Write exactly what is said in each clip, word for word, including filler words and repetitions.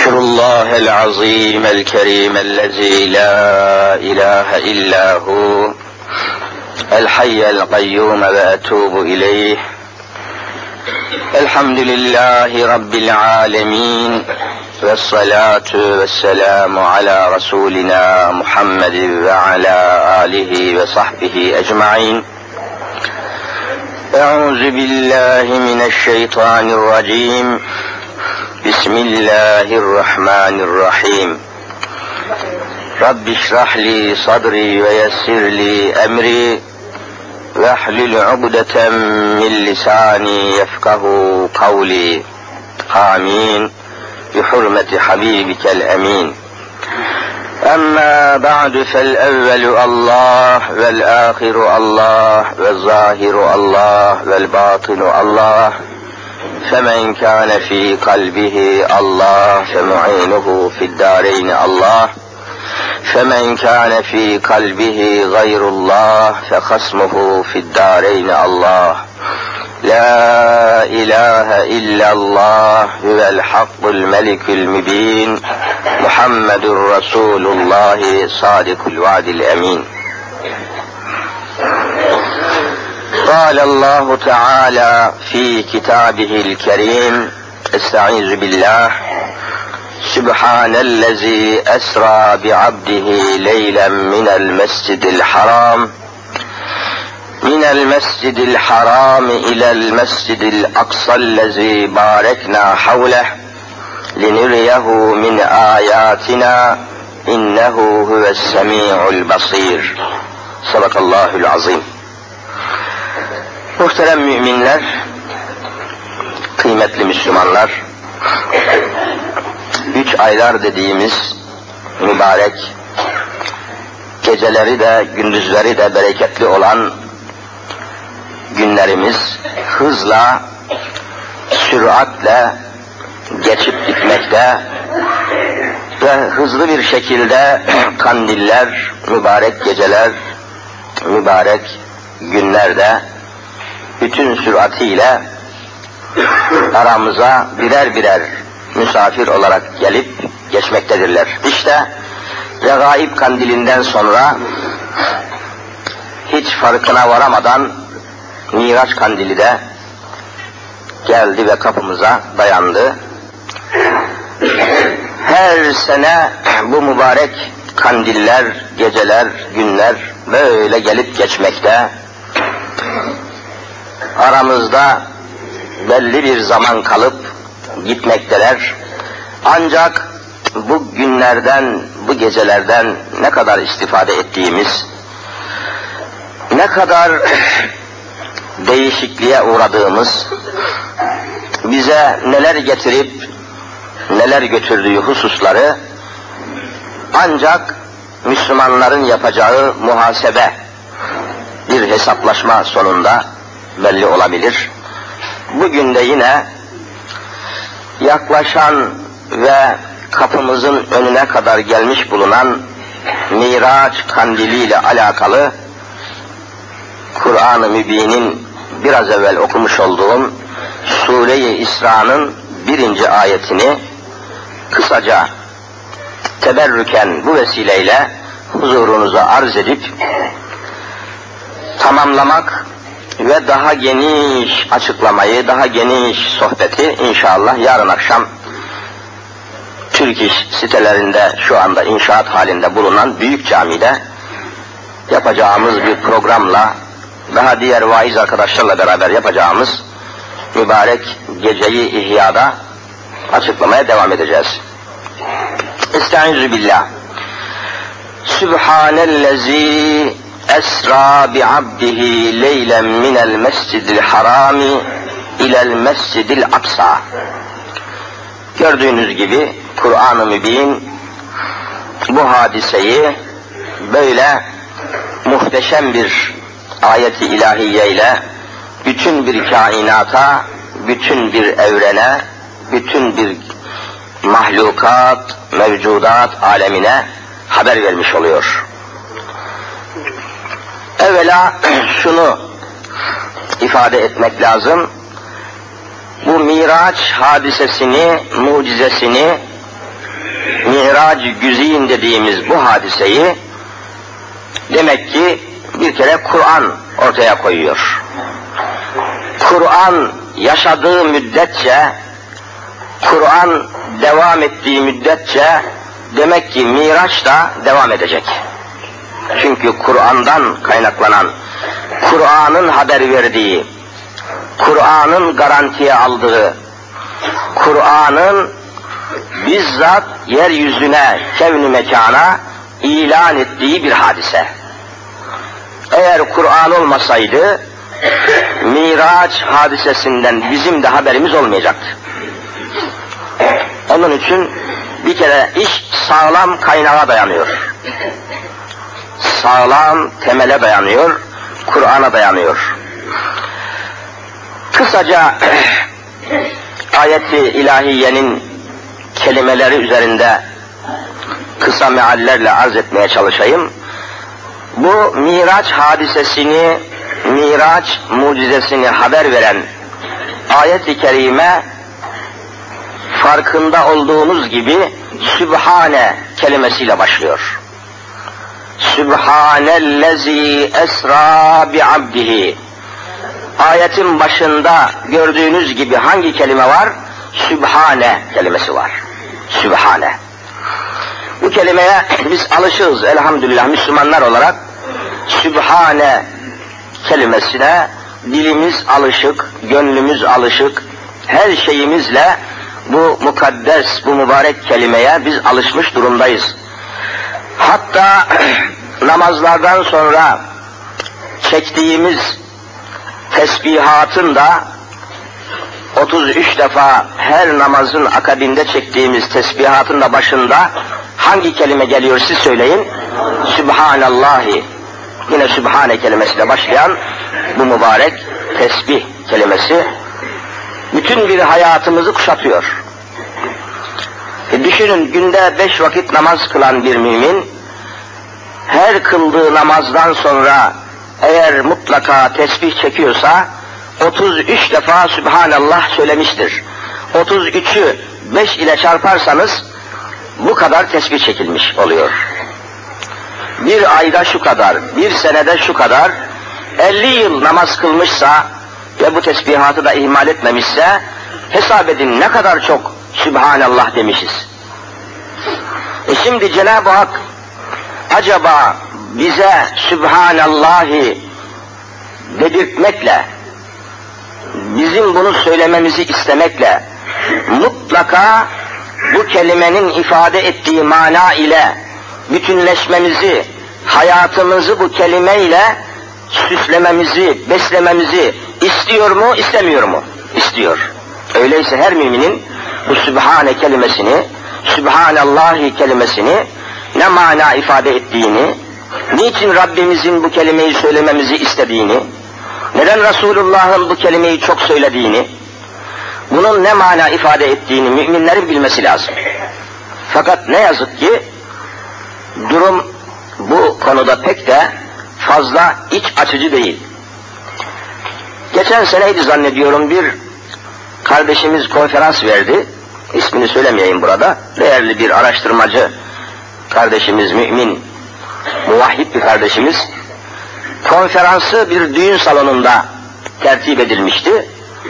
أستغفر الله العظيم الكريم الذي لا إله إلا هو الحي القيوم وأتوب إليه. الحمد لله رب العالمين والصلاة والسلام على رسولنا محمد وعلى آله وصحبه أجمعين. أعوذ بالله من الشيطان الرجيم. بسم الله الرحمن الرحيم. رب اشرح لي صدري ويسر لي أمري واحلل عقدة من لساني يفقه قولي. آمين بحرمة حبيبك الأمين. أما بعد فالأول الله والآخر الله والظاهر الله والباطن الله، فمن كان في قلبه الله فمعينه في الدارين الله، فمن كان في قلبه غير الله فخصمه في الدارين الله. لا إله إلا الله هو الحق الملك المبين، محمد رسول الله صادق الوعد الأمين. قال الله تعالى في كتابه الكريم: استعيذ بالله. سبحان الذي أسرى بعبده ليلا من المسجد الحرام من المسجد الحرام إلى المسجد الأقصى الذي باركنا حوله لنريه من آياتنا إنه هو السميع البصير. Sadakallahul azim. Muhterem müminler, kıymetli Müslümanlar, üç aylar dediğimiz mübarek, geceleri de gündüzleri de bereketli olan günlerimiz hızla, süratle geçip gitmekte ve hızlı bir şekilde kandiller, mübarek geceler, mübarek günlerde bütün süratiyle aramıza birer birer misafir olarak gelip geçmektedirler. İşte Regaib kandilinden sonra hiç farkına varamadan Miraç kandili de geldi ve kapımıza dayandı. Her sene bu mübarek kandiller, geceler, günler böyle gelip geçmekte. Aramızda belli bir zaman kalıp gitmekteler. Ancak bu günlerden, bu gecelerden ne kadar istifade ettiğimiz, ne kadar değişikliğe uğradığımız, bize neler getirip neler götürdüğü hususları ancak Müslümanların yapacağı muhasebe, bir hesaplaşma sonunda belli olabilir. Bugün de yine yaklaşan ve kapımızın önüne kadar gelmiş bulunan Miraç kandili ile alakalı Kur'an-ı Mübin'in biraz evvel okumuş olduğum Sure-i İsra'nın birinci ayetini kısaca teberrüken bu vesileyle huzurunuza arz edip tamamlamak ve daha geniş açıklamayı, daha geniş sohbeti inşallah yarın akşam Türk İş sitelerinde şu anda inşaat halinde bulunan büyük camide yapacağımız bir programla, daha diğer vaiz arkadaşlarla beraber yapacağımız mübarek geceyi ihyada açıklamaya devam edeceğiz. Estaizu billah. Sübhanellezî esrâ bi'abdihi leylen minel mescidil harami ilel mescidil aksa. Gördüğünüz gibi Kur'an-ı Mübin bu hadiseyi böyle muhteşem bir ayet-i ilahiye ile bütün bir kainata, bütün bir evrene, bütün bir mahlukat, mevcudat alemine haber vermiş oluyor. Evvela şunu ifade etmek lazım. Bu Miraç hadisesini, mucizesini Mirac-ı Güzin dediğimiz bu hadiseyi demek ki bir kere Kur'an ortaya koyuyor. Kur'an yaşadığı müddetçe, Kur'an devam ettiği müddetçe demek ki Miraç da devam edecek. Çünkü Kur'an'dan kaynaklanan, Kur'an'ın haber verdiği, Kur'an'ın garantiye aldığı, Kur'an'ın bizzat yeryüzüne, kevn-i mekana ilan ettiği bir hadise. Eğer Kur'an olmasaydı, Miraç hadisesinden bizim de haberimiz olmayacaktı. Onun için bir kere iş sağlam kaynağa dayanıyor. Sağlam temele dayanıyor, Kur'an'a dayanıyor. Kısaca ayet-i ilahiyenin kelimeleri üzerinde kısa meallerle arz etmeye çalışayım. Bu Miraç hadisesini, Miraç mucizesini haber veren ayet-i kerime farkında olduğunuz gibi Sübhane kelimesiyle başlıyor. Sübhanellezi esra bi abdihi. Ayetin başında gördüğünüz gibi hangi kelime var? Sübhane kelimesi var. Sübhane. Bu kelimeye biz alışığız elhamdülillah Müslümanlar olarak. Sübhane kelimesine dilimiz alışık, gönlümüz alışık, her şeyimizle bu mukaddes, bu mübarek kelimeye biz alışmış durumdayız. Hatta namazlardan sonra çektiğimiz tesbihatın da otuz üç defa her namazın akabinde çektiğimiz tesbihatın da başında hangi kelime geliyor siz söyleyin? Sübhanallahi. Yine Sübhane kelimesiyle başlayan bu mübarek tesbih kelimesi bütün bir hayatımızı kuşatıyor. E düşünün, günde beş vakit namaz kılan bir mümin her kıldığı namazdan sonra eğer mutlaka tesbih çekiyorsa otuz üç defa Sübhanallah söylemiştir. otuz üçü beş ile çarparsanız bu kadar tesbih çekilmiş oluyor. Bir ayda şu kadar, bir senede şu kadar, elli yıl namaz kılmışsa ve bu tesbihatı da ihmal etmemişse hesap edin ne kadar çok Sübhanallah demişiz. E şimdi Cenab-ı Hak acaba bize Sübhanallah'ı dedirtmekle, bizim bunu söylememizi istemekle mutlaka bu kelimenin ifade ettiği mana ile bütünleşmemizi, hayatımızı bu kelimeyle süslememizi, beslememizi istiyor mu, istemiyor mu? İstiyor. Öyleyse her müminin bu Sübhane kelimesini, Sübhanallahi kelimesini ne mana ifade ettiğini, niçin Rabbimizin bu kelimeyi söylememizi istediğini, neden Resulullah'ın bu kelimeyi çok söylediğini, bunun ne mana ifade ettiğini müminlerin bilmesi lazım. Fakat ne yazık ki durum bu konuda pek de fazla iç açıcı değil. Geçen seneydi zannediyorum, bir kardeşimiz konferans verdi. İsmini söylemeyeyim burada. Değerli bir araştırmacı kardeşimiz, mümin, muvahhid bir kardeşimiz. Konferansı bir düğün salonunda tertip edilmişti.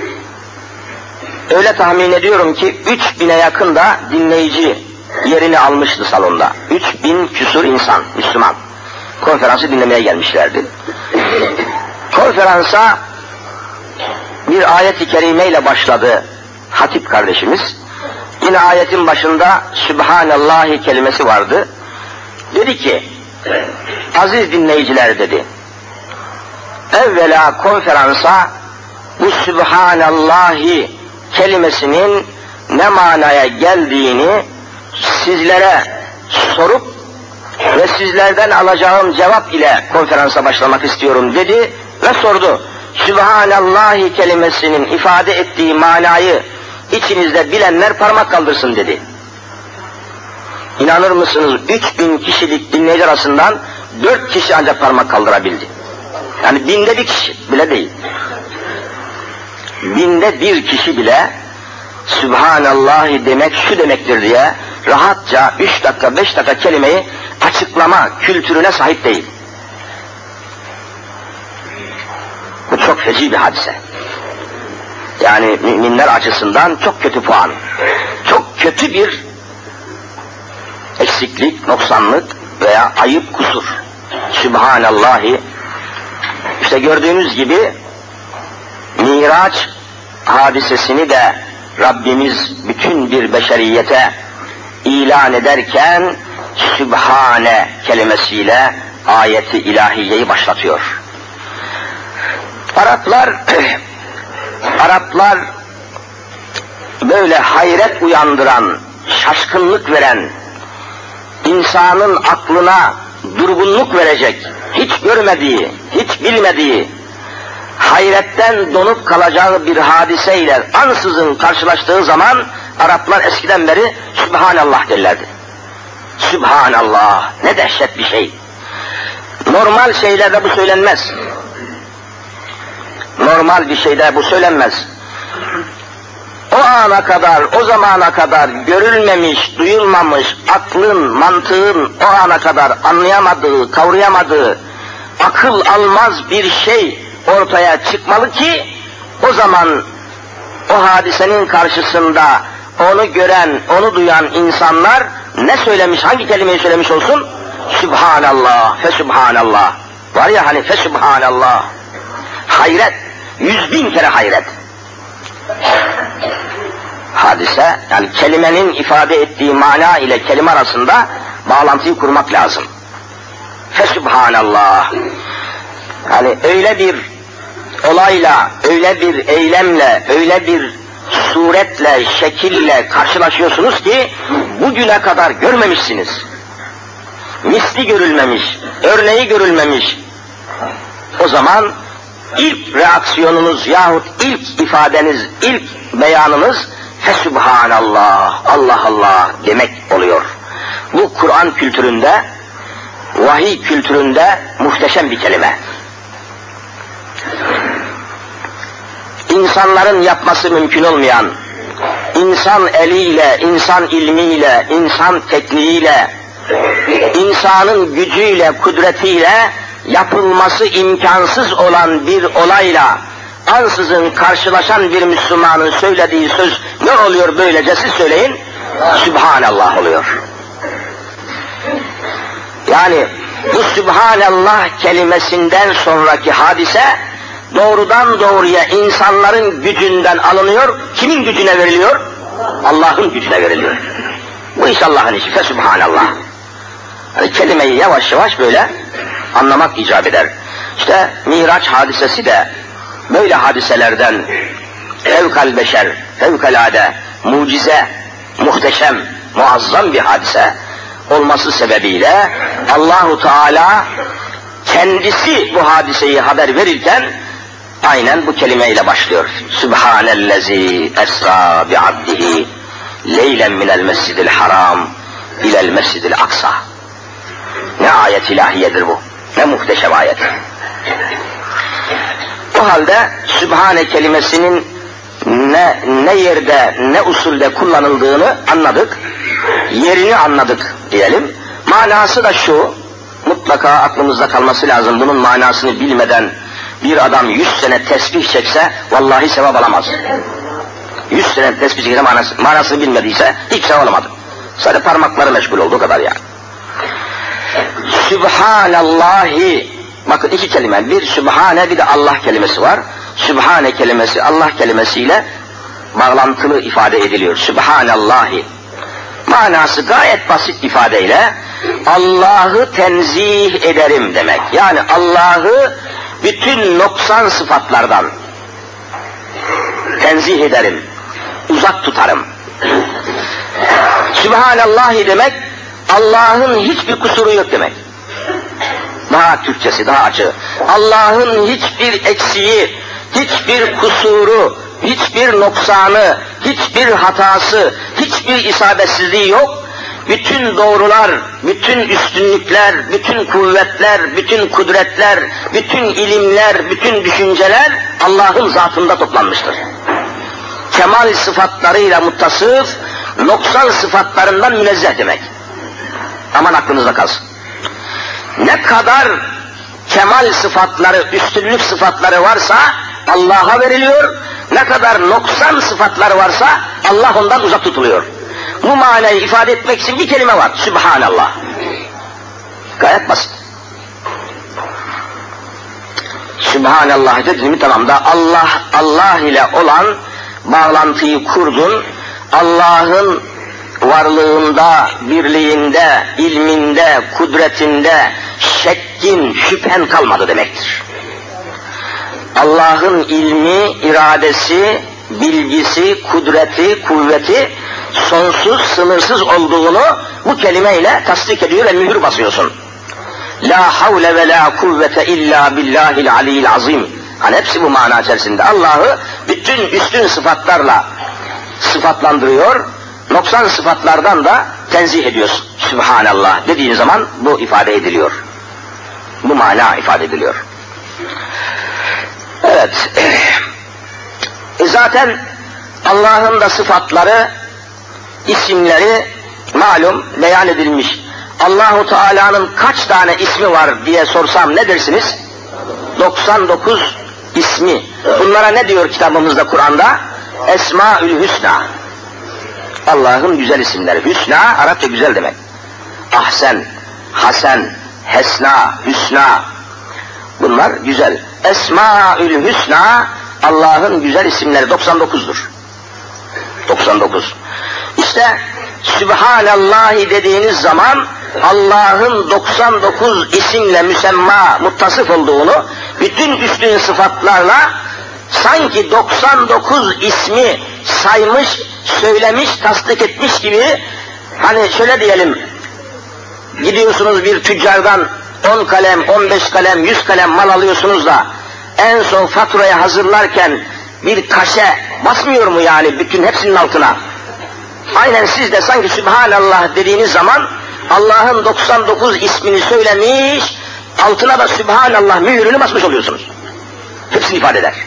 Öyle tahmin ediyorum ki üç bine yakın da dinleyici yerini almıştı salonda. Üç bin küsur insan, Müslüman. Konferansı dinlemeye gelmişlerdi. Konferansa bir ayet-i kerimeyle başladı hatip kardeşimiz. Yine ayetin başında Sübhanallahi kelimesi vardı. Dedi ki, aziz dinleyiciler dedi, evvela konferansa bu Sübhanallahi kelimesinin ne manaya geldiğini sizlere sorup ve sizlerden alacağım cevap ile konferansa başlamak istiyorum dedi ve sordu. Sübhanallahi kelimesinin ifade ettiği manayı içinizde bilenler parmak kaldırsın dedi. İnanır mısınız, üç bin kişilik dinleyici arasından dört kişi ancak parmak kaldırabildi. Yani binde bir kişi bile değil. Binde bir kişi bile Sübhanallahi demek şu demektir diye rahatça üç dakika, beş dakika kelimeyi açıklama kültürüne sahip değil. Bu çok feci bir hadise. Yani müminler açısından çok kötü puan. Çok kötü bir eksiklik, noksanlık veya ayıp, kusur. Sübhanallahi. İşte gördüğünüz gibi Miraç hadisesini de Rabbimiz bütün bir beşeriyete ilan ederken Sübhane kelimesiyle ayeti ilahiyeyi başlatıyor. Araplar Araplar böyle hayret uyandıran, şaşkınlık veren, insanın aklına durgunluk verecek, hiç görmediği, hiç bilmediği, hayretten donup kalacağı bir hadiseyle ansızın karşılaştığı zaman Araplar eskiden beri Sübhanallah derlerdi. Sübhanallah, ne dehşet bir şey. Normal şeylerde bu söylenmez. Normal bir şeyde bu söylenmez. O ana kadar, o zamana kadar görülmemiş, duyulmamış, aklın, mantığın o ana kadar anlayamadığı, kavrayamadığı, akıl almaz bir şey ortaya çıkmalı ki o zaman o hadisenin karşısında onu gören, onu duyan insanlar ne söylemiş, hangi kelimeyi söylemiş olsun? Sübhanallah, fesübhanallah. Var ya hani fesübhanallah. Hayret, yüz bin kere hayret. Hadise, yani kelimenin ifade ettiği mana ile kelime arasında bağlantıyı kurmak lazım. Fesübhanallah. Yani öyle bir olayla, öyle bir eylemle, öyle bir suretle, şekille karşılaşıyorsunuz ki bugüne kadar görmemişsiniz. Misli görülmemiş, örneği görülmemiş. O zaman ilk reaksiyonunuz yahut ilk ifadeniz, ilk beyanınız Fesübhanallah, Allah Allah demek oluyor. Bu Kur'an kültüründe, vahiy kültüründe muhteşem bir kelime. İnsanların yapması mümkün olmayan, insan eliyle, insan ilmiyle, insan tekniğiyle, insanın gücüyle, kudretiyle yapılması imkansız olan bir olayla ansızın karşılaşan bir Müslümanın söylediği söz ne oluyor böylece siz söyleyin? Sübhanallah oluyor. Yani bu Sübhanallah kelimesinden sonraki hadise doğrudan doğruya insanların gücünden alınıyor. Kimin gücüne veriliyor? Allah'ın gücüne veriliyor. Bu iş Allah'ın işi. Fesübhanallah. Yani kelimeyi yavaş yavaş böyle anlamak icap eder. İşte Miraç hadisesi de böyle hadiselerden fevkal beşer, fevkalade, mucize, muhteşem, muazzam bir hadise olması sebebiyle Allahu Teala kendisi bu hadiseyi haber verirken aynen bu kelimeyle başlıyor. Sübhanellezi esra bi'abdihi leylen minel mescidil haram ilel mescidil aksa. Ne ayet ilahiyedir bu. Ne muhteşem ayet. O halde Sübhane kelimesinin ne, ne yerde, ne usulde kullanıldığını anladık. Yerini anladık diyelim. Manası da şu, mutlaka aklımızda kalması lazım. Bunun manasını bilmeden bir adam yüz sene tesbih çekse vallahi sevap alamaz. Yüz sene tesbih çekse manası, manasını bilmediyse hiç sevap alamadı. Sadece parmakları meşgul olduğu kadar yani. Sübhanallahi, bakın iki kelime, bir Sübhane bir de Allah kelimesi var. Sübhane kelimesi Allah kelimesiyle bağlantılı ifade ediliyor. Sübhanallahi. Manası gayet basit ifadeyle Allah'ı tenzih ederim demek. Yani Allah'ı bütün noksan sıfatlardan tenzih ederim, uzak tutarım. Sübhanallahi demek Allah'ın hiçbir kusuru yok demek. Daha Türkçesi daha açık. Allah'ın hiçbir eksiği, hiçbir kusuru, hiçbir noksanı, hiçbir hatası, hiçbir isabetsizliği yok. Bütün doğrular, bütün üstünlükler, bütün kuvvetler, bütün kudretler, bütün ilimler, bütün düşünceler Allah'ın zatında toplanmıştır. Kemal sıfatlarıyla muttasıf, noksan sıfatlarından münezzeh demek. Aman aklınızda kalsın. Ne kadar kemal sıfatları, üstünlük sıfatları varsa Allah'a veriliyor, ne kadar noksan sıfatları varsa Allah ondan uzak tutuluyor. Bu manayı ifade etmek için bir kelime var, Sübhanallah. Gayet basit. Sübhanallah dedi mi tamam da Allah, Allah ile olan bağlantıyı kurdun, Allah'ın varlığında, birliğinde, ilminde, kudretinde şekkin, şüphen kalmadı demektir. Allah'ın ilmi, iradesi, bilgisi, kudreti, kuvveti sonsuz, sınırsız olduğunu bu kelimeyle tasdik ediyor ve mühür basıyorsun. La havle ve la kuvvete illa billahil aliyyil azim. Hani hepsi bu mana içerisinde. Allah'ı bütün üstün sıfatlarla sıfatlandırıyor, noksan sıfatlardan da tenzih ediyorsun. Sübhanallah dediğin zaman bu ifade ediliyor. Bu mana ifade ediliyor. Evet. E zaten Allah'ın da sıfatları, isimleri malum beyan edilmiş. Allahu Teala'nın kaç tane ismi var diye sorsam ne dersiniz? doksan dokuz ismi. Bunlara ne diyor kitabımızda, Kur'an'da? Esmaül Hüsna. Allah'ın güzel isimleri. Hüsna, Arapça güzel demek. Ahsen, Hasen, Hesna, Hüsna. Bunlar güzel. Esmaül Hüsna, Allah'ın güzel isimleri doksan dokuzdur. doksan dokuz. İşte Sübhanallahi dediğiniz zaman Allah'ın doksan dokuz isimle müsemma, muttasıf olduğunu, bütün üstün sıfatlarla sanki doksan dokuz ismi saymış, söylemiş, tasdik etmiş gibi, hani şöyle diyelim, gidiyorsunuz bir tüccardan on kalem, on beş kalem, yüz kalem mal alıyorsunuz da en son faturayı hazırlarken bir kaşe basmıyor mu yani bütün hepsinin altına? Aynen siz de sanki Sübhanallah dediğiniz zaman Allah'ın doksan dokuz ismini söylemiş, altına da Sübhanallah mühürünü basmış oluyorsunuz. Hepsini ifade eder.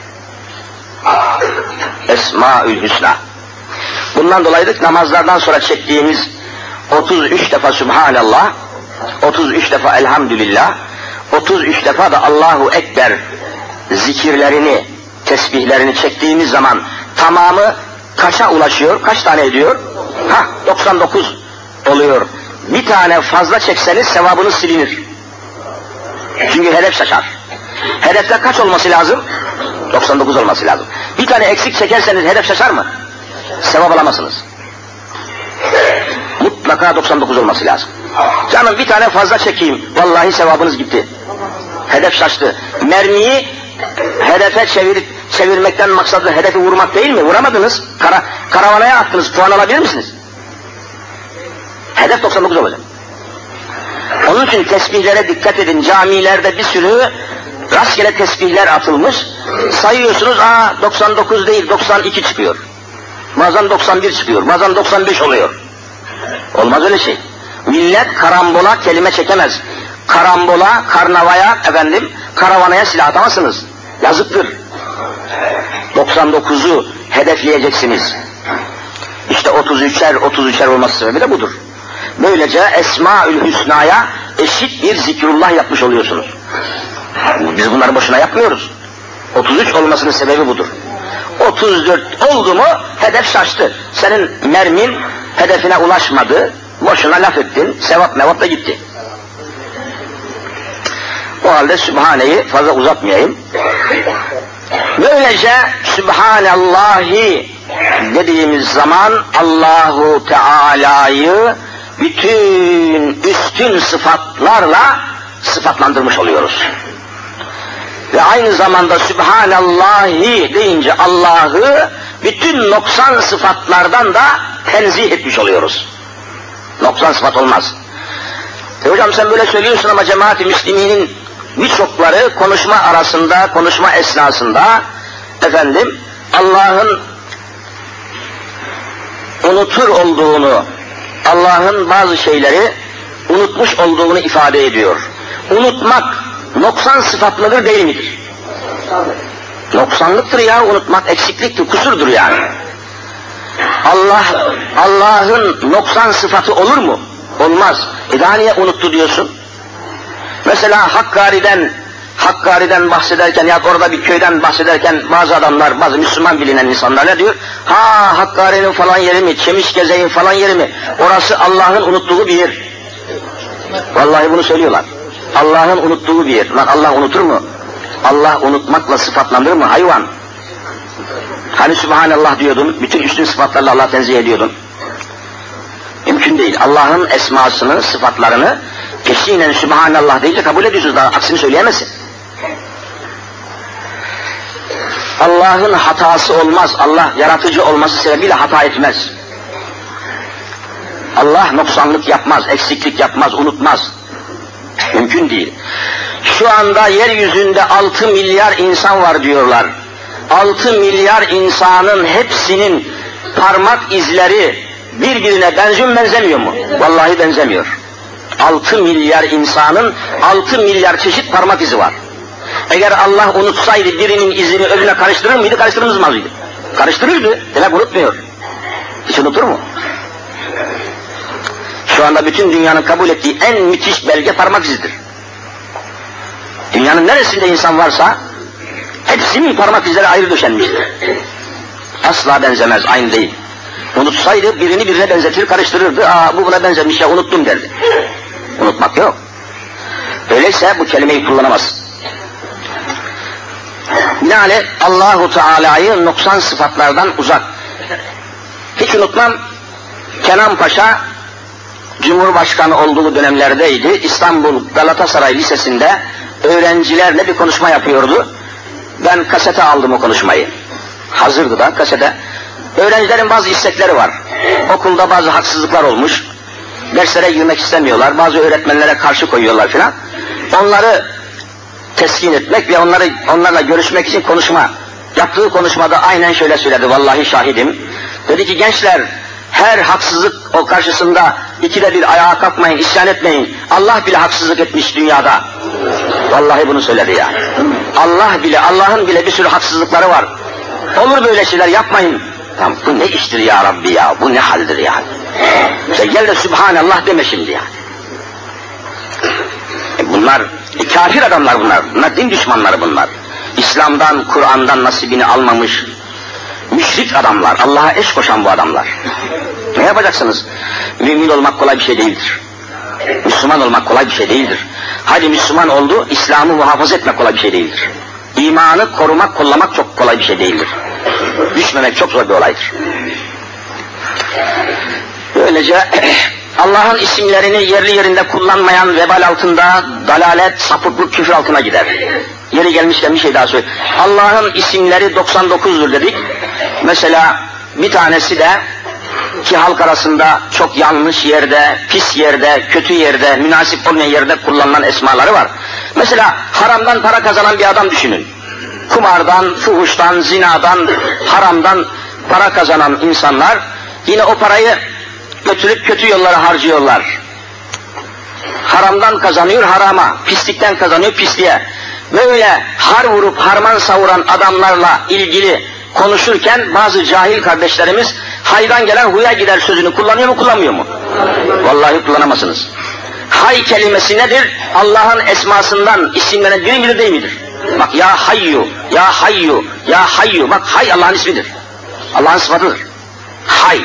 Esmaül Hüsna. Bundan dolayı namazlardan sonra çektiğimiz otuz üç defa Sübhanallah, otuz üç defa Elhamdülillah, otuz üç defa da Allahu Ekber zikirlerini, tesbihlerini çektiğimiz zaman tamamı kaça ulaşıyor? Kaç tane ediyor? Hah, doksan dokuz oluyor. Bir tane fazla çekseniz sevabınız silinir. Çünkü hedef şaşar. Hedefte kaç olması lazım? doksan dokuz olması lazım. Bir tane eksik çekerseniz hedef şaşar mı? Sevap alamazsınız. Mutlaka doksan dokuz olması lazım. Canım bir tane fazla çekeyim, vallahi sevabınız gitti. Hedef şaştı. Mermiyi hedefe çevirip çevirmekten maksadı hedefi vurmak değil mi? Vuramadınız. Kara, karavanaya attınız. Puan alabilir misiniz? Hedef doksan dokuz olacak. Onun için tesbihlere dikkat edin. Camilerde bir sürü rastgele tesbihler atılmış. Sayıyorsunuz, aa doksan dokuz değil doksan iki çıkıyor. Bazen doksan bir çıkıyor. Bazen doksan beş oluyor. Olmaz öyle şey. Millet karambola kelime çekemez. Karambola, karnavaya, efendim, karavanaya silah atamazsınız. Yazıktır. doksan dokuzu hedefleyeceksiniz. İşte otuz üçer, otuz üçer olması sebebi de budur. Böylece Esmaül Hüsna'ya eşit bir zikrullah yapmış oluyorsunuz. Biz bunları boşuna yapmıyoruz. otuz üç olmasının sebebi budur. otuz dört oldu mu hedef şaştı. Senin mermin hedefine ulaşmadı. Boşuna laf ettin. Sevap mevap da gitti. O halde Sübhane'yi fazla uzatmayayım. Böylece Sübhanallahi dediğimiz zaman Allahu Teala'yı bütün üstün sıfatlarla sıfatlandırmış oluyoruz. Ve aynı zamanda Sübhanallahi deyince Allah'ı bütün noksan sıfatlardan da tenzih etmiş oluyoruz. Noksan sıfat olmaz. E hocam sen böyle söylüyorsun ama cemaat-i müsliminin birçokları konuşma arasında, konuşma esnasında efendim Allah'ın unutur olduğunu, Allah'ın bazı şeyleri unutmuş olduğunu ifade ediyor. Unutmak noksan sıfat mıdır değil midir? Noksanlıktır ya, unutmak eksikliktir, kusurdur yani. Allah, Allah'ın noksan sıfatı olur mu? Olmaz. E daha niye unuttu diyorsun? Mesela Hakkari'den, Hakkari'den bahsederken ya orada bir köyden bahsederken bazı adamlar, bazı Müslüman bilinen insanlar ne diyor? Ha Hakkari'nin falan yeri mi, Çemişgeze'nin falan yeri mi? Orası Allah'ın unuttuğu bir yer. Vallahi bunu söylüyorlar. Allah'ın unuttuğu bir yer. Lan Allah unutur mu? Allah unutmakla sıfatlanır mı? Hayvan. Hani Sübhanallah diyordun, bütün üstün sıfatlarla Allah tenzih ediyordun. Mümkün değil. Allah'ın esmasını, sıfatlarını peşinen Sübhanallah deyince kabul ediyorsunuz. Daha aksini söyleyemezsin. Allah'ın hatası olmaz. Allah yaratıcı olması sebebiyle hata etmez. Allah noksanlık yapmaz, eksiklik yapmaz, unutmaz. Mümkün değil. Şu anda yeryüzünde altı milyar insan var diyorlar. altı milyar insanın hepsinin parmak izleri birbirine benziyor mu, benzemiyor mu? Vallahi benzemiyor. altı milyar insanın altı milyar çeşit parmak izi var. Eğer Allah unutsaydı birinin izini öbürüne karıştırır mıydı, karıştırmaz mıydı? Karıştırırdı, demek unutmuyor. Hiç unutur mu? Şu anda bütün dünyanın kabul ettiği en müthiş belge parmak izidir. Dünyanın neresinde insan varsa hepsinin parmak izleri ayrı döşenmiştir. Asla benzemez, aynı değil. Unutsaydı birini birine benzetir, karıştırırdı. Aa bu buna benzemiş ya, unuttum derdi. Unutmak yok. Öyleyse bu kelimeyi kullanamaz. Binaenaleyh Allahu Teala'yı noksan sıfatlardan uzak. Hiç unutmam, Kenan Paşa Cumhurbaşkanı olduğu dönemlerdeydi. İstanbul Galatasaray Lisesi'nde öğrencilerle bir konuşma yapıyordu. Ben kasete aldım o konuşmayı. Hazırdı da kasete. Öğrencilerin bazı istekleri var. Okulda bazı haksızlıklar olmuş. Derslere girmek istemiyorlar. Bazı öğretmenlere karşı koyuyorlar filan. Onları teskin etmek ve onları onlarla görüşmek için konuşma. Yaptığı konuşmada aynen şöyle söyledi. Vallahi şahidim. Dedi ki gençler, her haksızlık o karşısında ikide bir ayağa kalkmayın, isyan etmeyin. Allah bile haksızlık etmiş dünyada. Vallahi bunu söyledi ya. Allah bile, Allah'ın bile bir sürü haksızlıkları var. Olur böyle şeyler, yapmayın. Tamam, bu ne iştir ya Rabbi ya, bu ne haldir ya. İşte gel de Sübhanallah deme şimdi ya. E bunlar e, kafir adamlar bunlar, bunlar din düşmanları bunlar. İslam'dan, Kur'an'dan nasibini almamış müşrik adamlar, Allah'a eş koşan bu adamlar. Ne yapacaksınız? Mümin olmak kolay bir şey değildir. Müslüman olmak kolay bir şey değildir. Hadi Müslüman oldu, İslam'ı muhafaza etmek kolay bir şey değildir. İmanı korumak, kollamak çok kolay bir şey değildir. Düşmemek çok zor bir olaydır. Böylece Allah'ın isimlerini yerli yerinde kullanmayan vebal altında, dalalet, sapıklık, küfür altına gider. Yeri gelmişken bir şey daha söyleyeyim. Allah'ın isimleri doksan dokuzdur dedik. Mesela bir tanesi de ki halk arasında çok yanlış yerde, pis yerde, kötü yerde, münasip olmayan yerde kullanılan esmaları var. Mesela haramdan para kazanan bir adam düşünün. Kumardan, fuhuştan, zinadan, haramdan para kazanan insanlar yine o parayı götürüp kötü yollara harcıyorlar. Haramdan kazanıyor harama, pislikten kazanıyor pisliğe. Böyle har vurup harman savuran adamlarla ilgili konuşurken bazı cahil kardeşlerimiz haydan gelen huya gider sözünü kullanıyor mu, kullanmıyor mu? Vallahi kullanamazsınız. Hay kelimesi nedir? Allah'ın esmasından, isimlerinden biri midir, değil midir? Bak ya hayyu, ya hayyu, ya hayyu. Bak hay Allah'ın ismidir. Allah'ın sıfatıdır. Hay.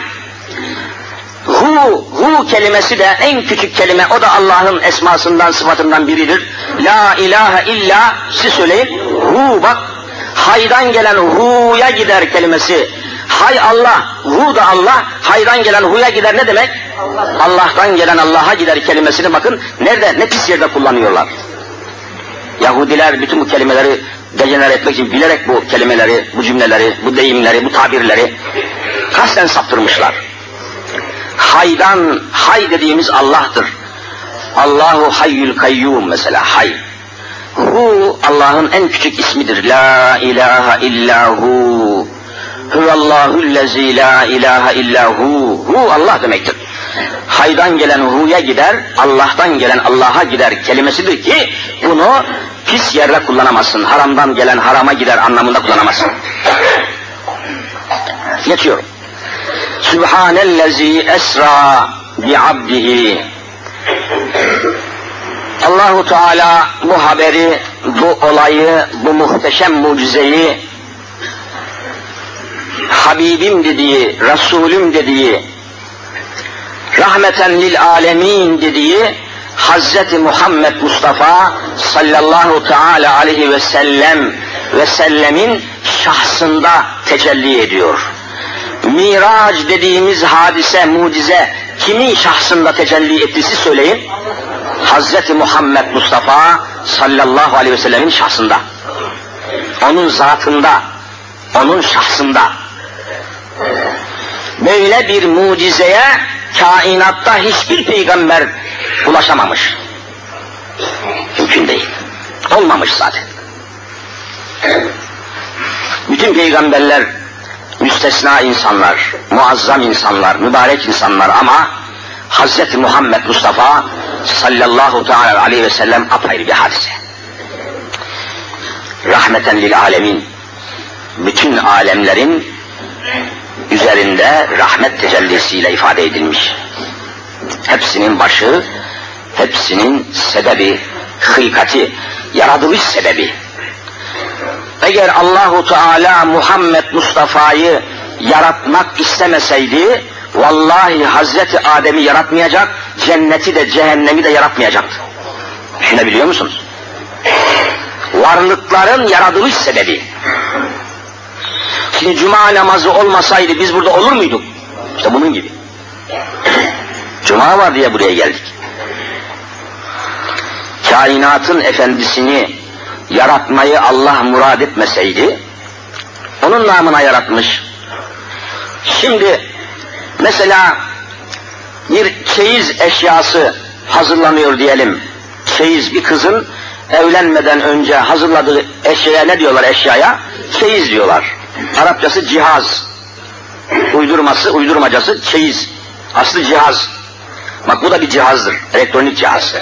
Hu, hu kelimesi de en küçük kelime, o da Allah'ın esmasından, sıfatından biridir. La ilahe illa, siz söyleyin. Hu bak, haydan gelen hu'ya gider kelimesi. Hay Allah, hu da Allah, haydan gelen hu'ya gider ne demek? Allah. Allah'tan gelen Allah'a gider kelimesini bakın, nerede, ne pis yerde kullanıyorlar. Yahudiler bütün bu kelimeleri dejener etmek için bilerek bu kelimeleri, bu cümleleri, bu deyimleri, bu tabirleri kasten saptırmışlar. Haydan, hay dediğimiz Allah'tır. Allahu hayyül kayyum mesela, hay. Hu Allah'ın en küçük ismidir. La ilahe illahu. Huvallahu'llezî la ilahe illahu. Hu Allah demektir. Haydan gelen hu'ya gider, Allah'tan gelen Allah'a gider kelimesidir ki bunu pis yerde kullanamazsın. Haramdan gelen harama gider anlamında kullanamazsın. Geçiyorum. Sübhanellezi esra bi'abdihi. Allahu Teala bu haberi, bu olayı, bu muhteşem mucizeyi Habibim dediği, Resulüm dediği, rahmeten lil alemin dediği Hazreti Muhammed Mustafa sallallahu teala aleyhi ve sellem ve sellemin şahsında tecelli ediyor. Miraç dediğimiz hadise, mucize kimin şahsında tecelli ettiyse söyleyin. Hazreti Muhammed Mustafa sallallahu aleyhi ve sellemin şahsında. Onun zatında, onun şahsında. Böyle bir mucizeye kainatta hiçbir peygamber ulaşamamış. Mümkün değil. Olmamış zaten. Bütün peygamberler müstesna insanlar, muazzam insanlar, mübarek insanlar ama Hazreti Muhammed Mustafa sallallahu teala aleyhi ve sellem apayrı bir hadise. Rahmeten lil alemin. Bütün alemlerin üzerinde rahmet tecellisiyle ifade edilmiş. Hepsinin başı, hepsinin sebebi, hılkati, yaratılış sebebi. Eğer Allahu Teala Muhammed Mustafa'yı yaratmak istemeseydi, vallahi Hazreti Adem'i yaratmayacak, cenneti de cehennemi de yaratmayacaktı. Düşünebiliyor musunuz? Varlıkların yaratılış sebebi. Şimdi cuma namazı olmasaydı biz burada olur muyduk? İşte bunun gibi. Cuma var diye buraya geldik. Kainatın efendisini yaratmayı Allah murad etmeseydi, onun namına yaratmış. Şimdi mesela bir çeyiz eşyası hazırlanıyor diyelim. Çeyiz, bir kızın evlenmeden önce hazırladığı eşyaya ne diyorlar eşyaya? Çeyiz diyorlar. Arapçası cihaz. Uydurması, uydurmacası çeyiz. Aslı cihaz. Bak bu da bir cihazdır. Elektronik cihaz.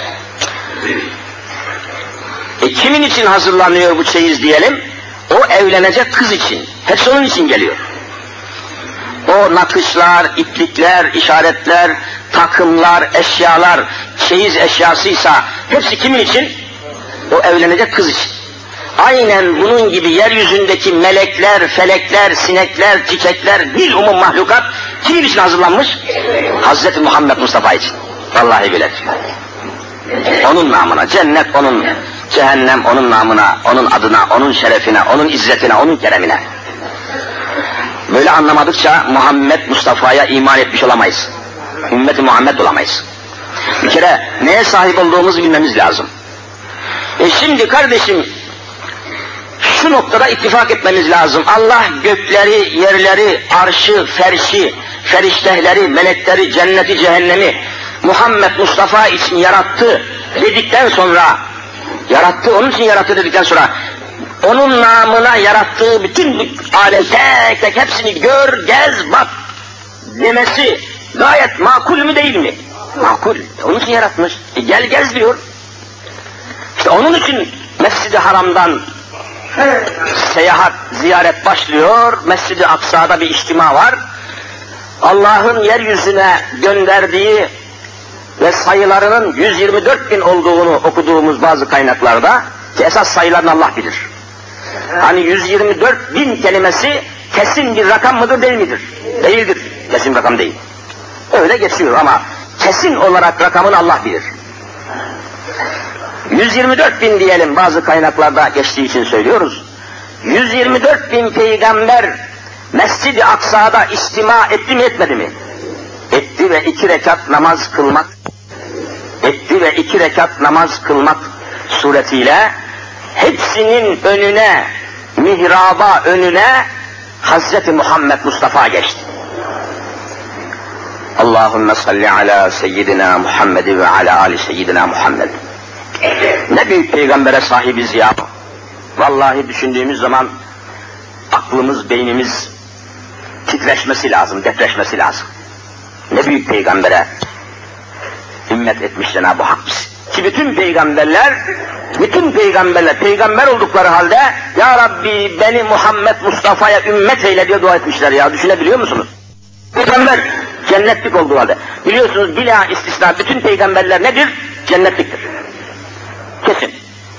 E kimin için hazırlanıyor bu çeyiz diyelim? O evlenecek kız için. Hepsi onun için geliyor. O nakışlar, iplikler, işaretler, takımlar, eşyalar, çeyiz eşyasıysa hepsi kimin için? O evlenecek kız için. Aynen bunun gibi yeryüzündeki melekler, felekler, sinekler, çiçekler, bil umum mahlukat kimin için hazırlanmış? Hazreti Muhammed Mustafa için. Vallahi bilir. Onun namına, cennet onun, cehennem onun namına, onun adına, onun şerefine, onun izzetine, onun keremine. Böyle anlamadıkça Muhammed Mustafa'ya iman etmiş olamayız. Ümmet-i Muhammed olamayız. Bir kere neye sahip olduğumuzu bilmemiz lazım. E şimdi kardeşim, şu noktada ittifak etmemiz lazım. Allah gökleri, yerleri, arşı, ferşi, feriştehleri, melekleri, cenneti, cehennemi Muhammed Mustafa için yarattı dedikten sonra, yarattı, onun için yarattı dedikten sonra, onun namına yarattığı bütün alem tek tek hepsini gör, gez, bak demesi gayet makul mü değil mi? Makul. Onun için yaratmış. E gel gez diyor. İşte onun için Mescid-i Haram'dan seyahat, ziyaret başlıyor. Mescid-i Aksa'da bir içtima var. Allah'ın yeryüzüne gönderdiği ve sayılarının yüz yirmi dört bin olduğunu okuduğumuz bazı kaynaklarda, ki esas sayılarını Allah bilir. Hani yüz yirmi dört bin kelimesi kesin bir rakam mıdır değil midir? Değildir. Kesin rakam değil. Öyle geçiyor ama kesin olarak rakamını Allah bilir. yüz yirmi dört bin diyelim, bazı kaynaklarda geçtiği için söylüyoruz. yüz yirmi dört bin peygamber Mescid-i Aksa'da istima etti mi etmedi mi? Etti ve iki rekat namaz kılmak etti ve iki rekat namaz kılmak suretiyle hepsinin önüne, mihraba önüne Hazreti Muhammed Mustafa geçti. Allahümme salli ala seyyidina Muhammed ve ala ali seyyidina Muhammed. Ne büyük peygambere sahibiz ya. Vallahi düşündüğümüz zaman aklımız, beynimiz titreşmesi lazım, depreşmesi lazım. Ne büyük peygambere ümmet etmiş Cenab-ı Hak bizi. Ki bütün peygamberler, bütün peygamberler peygamber oldukları halde Ya Rabbi beni Muhammed Mustafa'ya ümmet eyle diye dua etmişler ya. Düşünebiliyor musunuz? Peygamber cennetlik olduğu halde. Biliyorsunuz bila istisna bütün peygamberler nedir? Cennetliktir. Kesin.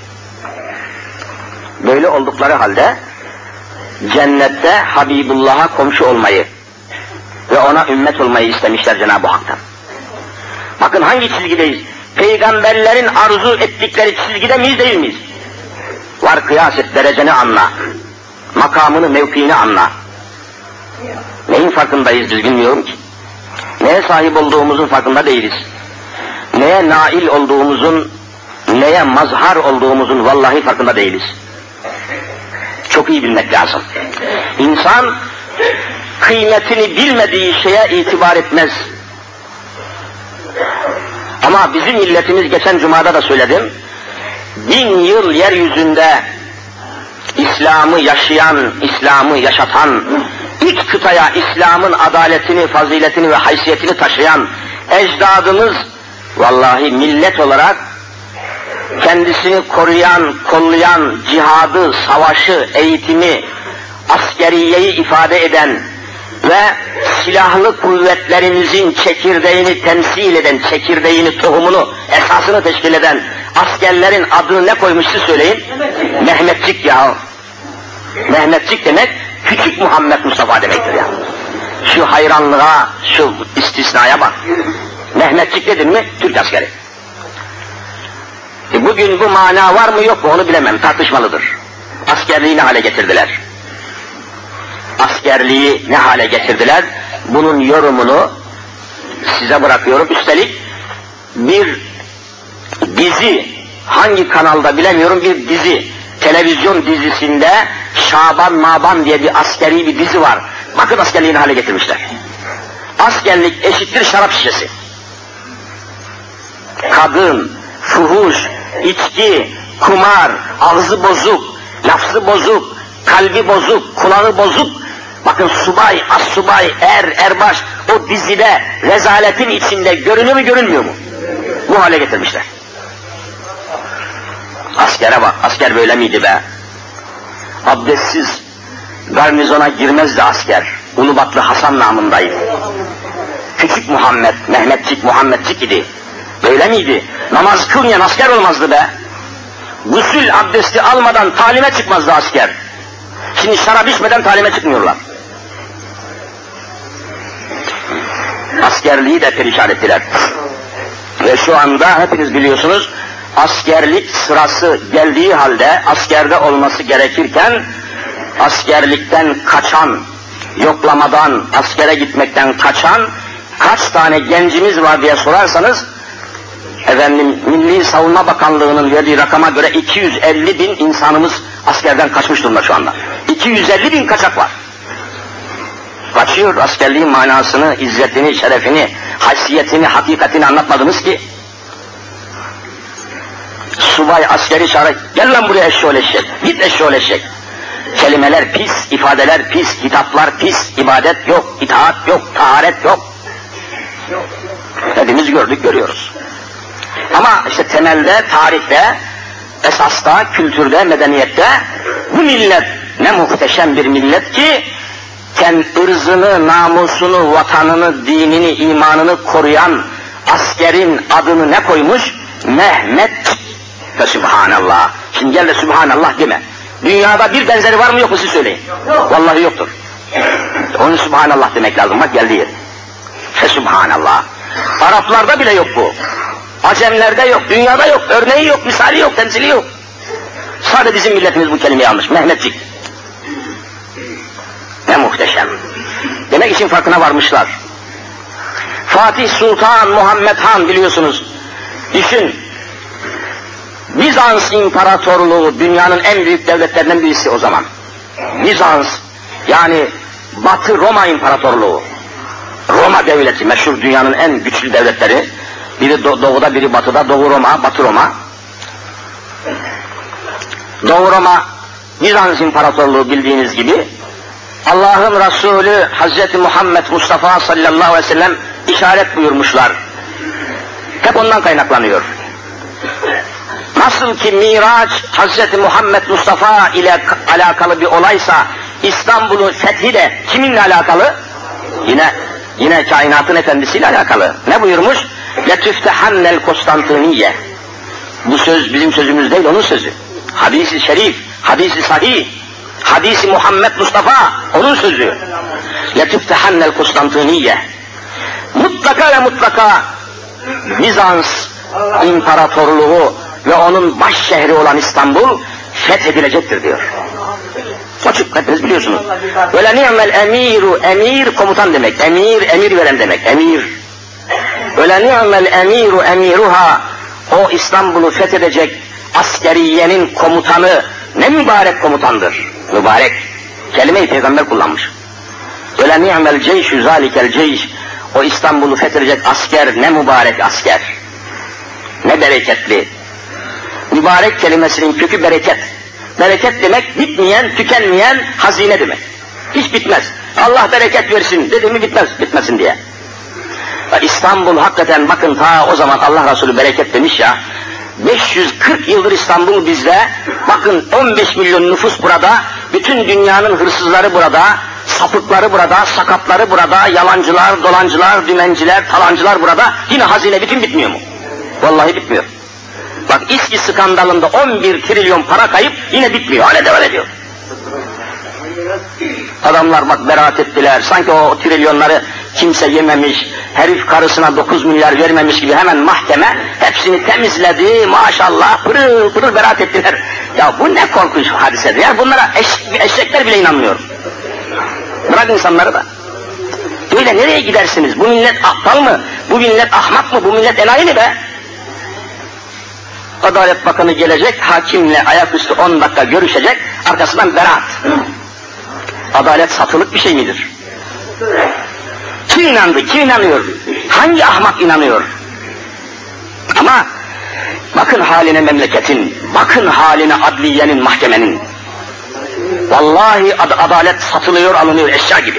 Böyle oldukları halde cennette Habibullah'a komşu olmayı ve ona ümmet olmayı istemişler Cenab-ı Hak'tan. Bakın hangi çizgideyiz? Peygamberlerin arzu ettikleri çizgide miyiz değil miyiz? Var kıyas et, dereceni anla. Makamını, mevkiini anla. Neyin farkındayız biz bilmiyorum ki. Neye sahip olduğumuzun farkında değiliz. Neye nail olduğumuzun, neye mazhar olduğumuzun vallahi farkında değiliz. Çok iyi bilmek lazım. İnsan kıymetini bilmediği şeye itibar etmez. Ama bizim milletimiz, geçen cumada da söyledim, bin yıl yeryüzünde İslam'ı yaşayan, İslam'ı yaşatan, üç kıtaya İslam'ın adaletini, faziletini ve haysiyetini taşıyan ecdadımız, vallahi millet olarak kendisini koruyan, kollayan, cihadı, savaşı, eğitimi, askeriyeyi ifade eden ve silahlı kuvvetlerimizin çekirdeğini temsil eden, çekirdeğini, tohumunu, esasını teşkil eden askerlerin adını ne koymuştu söyleyin? Mehmetçik ya. Mehmetçik demek, küçük Muhammed Mustafa demektir ya. Şu hayranlığa, şu istisnaya bak. Mehmetçik dedin mi? Türk askeri. E bugün bu mana var mı yok mu onu bilemem, tartışmalıdır. Askerliği ne hale getirdiler? Askerliği ne hale getirdiler? Bunun yorumunu size bırakıyorum. Üstelik bir dizi, hangi kanalda bilemiyorum, bir dizi, televizyon dizisinde Şaban Maban diye bir askeri bir dizi var. Bakın askerliği ne hale getirmişler. Askerlik eşittir şarap şişesi. Kadın, fuhuş, içki, kumar, ağzı bozuk, lafzı bozuk, kalbi bozuk, kulağı bozuk. Bakın subay, assubay, er, erbaş o dizide rezaletin içinde görünüyor mu görünmüyor mu? Bu hale getirmişler. Askere bak, asker böyle miydi be? Abdestsiz garnizona girmezdi asker. Ulubatlı Hasan namındaydı. Küçük Muhammed, Mehmetçik, Muhammedcik idi. Böyle miydi? Namaz kılmayan asker olmazdı be. Gusül abdesti almadan talime çıkmazdı asker. Şimdi şarap içmeden talime çıkmıyorlar. Askerliği de perişan ettiler. Ve şu anda hepiniz biliyorsunuz, askerlik sırası geldiği halde askerde olması gerekirken askerlikten kaçan, yoklamadan, askere gitmekten kaçan kaç tane gencimiz var diye sorarsanız, efendim Milli Savunma Bakanlığı'nın verdiği rakama göre iki yüz elli bin insanımız askerden kaçmış durumda şu anda. iki yüz elli bin kaçak var. Kaçıyor, askerliğin manasını, izzetini, şerefini, haysiyetini, hakikatini anlatmadınız ki. Subay askeri çağırır, gel lan buraya eşşoğlu eşek, git eşşoğlu eşek. Kelimeler pis, ifadeler pis, kitaplar pis, ibadet yok, itaat yok, taharet yok. Hepimiz gördük, görüyoruz. Ama işte temelde, tarihte, esasta, kültürde, medeniyette bu millet ne muhteşem bir millet ki kendi ırzını, namusunu, vatanını, dinini, imanını koruyan askerin adını ne koymuş? Mehmet ve Sübhanallah. Şimdi gel de Sübhanallah deme. Dünyada bir benzeri var mı yok mu siz söyleyin. Yok. Vallahi yoktur. Onun Sübhanallah demek lazım. Bak geldi yer. Fe Sübhanallah. Araplarda bile yok bu. Acemlerde yok, dünyada yok, örneği yok, misali yok, temsili yok. Sadece bizim milletimiz bu kelimeyi almış. Mehmetçik. Ne muhteşem. Demek işin farkına varmışlar. Fatih Sultan Muhammed Han biliyorsunuz. Düşün. Bizans İmparatorluğu dünyanın en büyük devletlerinden birisi o zaman. Bizans, yani Batı Roma İmparatorluğu. Roma devleti meşhur, dünyanın en güçlü devletleri. Biri doğuda, biri batıda. Doğu Roma, Batı Roma. Doğu Roma, Bizans İmparatorluğu bildiğiniz gibi. Allah'ın Resulü Hazreti Muhammed Mustafa sallallahu aleyhi ve sellem işaret buyurmuşlar. Hep ondan kaynaklanıyor. Nasıl ki Miraç Hazreti Muhammed Mustafa ile alakalı bir olaysa, İstanbul'un fethi de kiminle alakalı? Yine Yine kainatın efendisiyle alakalı. Ne buyurmuş? لَتُفْتَحَنَّ الْكُسْتَنْطِنِيَّ. Bu söz bizim sözümüz değil, onun sözü. Hadis-i şerif, hadis-i sahih, hadis-i Muhammed Mustafa, onun sözü. لَتُفْتَحَنَّ الْكُسْتَنْطِنِيَّ. Mutlaka ve mutlaka Bizans İmparatorluğu ve onun baş şehri olan İstanbul fethedilecektir diyor. Açık, hepiniz biliyorsunuz. Böyle ni'mel emiru, emir komutan demek. Emir, emir veren demek. Emir. Böyle ni'mel emiru, emiruha. O İstanbul'u fethedecek askeriyenin komutanı ne mübarek komutandır. Mübarek. Kelime-i peygamber kullanmış. Böyle ni'mel ceyşü zalikel ceyş. O İstanbul'u fethedecek asker ne mübarek asker. Ne bereketli. Mübarek kelimesinin kökü bereket. Bereket demek bitmeyen, tükenmeyen hazine demek. Hiç bitmez. Allah bereket versin dedi mi bitmez, bitmesin diye. İstanbul hakikaten bakın ta o zaman Allah Resulü bereket demiş ya. beş yüz kırk yıldır İstanbul bizde. Bakın on beş milyon nüfus burada. Bütün dünyanın hırsızları burada. Sapıkları burada, sakatları burada, yalancılar, dolancılar, dümenciler, talancılar burada. Yine hazine bütün bitmiyor mu? Vallahi bitmiyor. Bak İSKİ skandalında on bir trilyon para kayıp yine bitmiyor. Hala devam ediyor. Adamlar bak beraat ettiler. Sanki o trilyonları kimse yememiş, herif karısına dokuz milyar vermemiş gibi hemen mahkeme hepsini temizledi. Maşallah pırıl pırıl beraat ettiler. Ya bu ne korkunç hadisedir. Ya bunlara eşek, eşekler bile inanmıyor. Bırak insanları da. Böyle nereye gidersiniz? Bu millet aptal mı? Bu millet ahmak mı? Bu millet enayi mi be? Adalet Bakanı gelecek, hakimle ayaküstü on dakika görüşecek, arkasından beraat. Adalet satılık bir şey midir? Kim inandı, kim inanıyor? Hangi ahmak inanıyor? Ama bakın haline memleketin, bakın haline adliyenin, mahkemenin. Vallahi ad adalet satılıyor, alınıyor eşya gibi.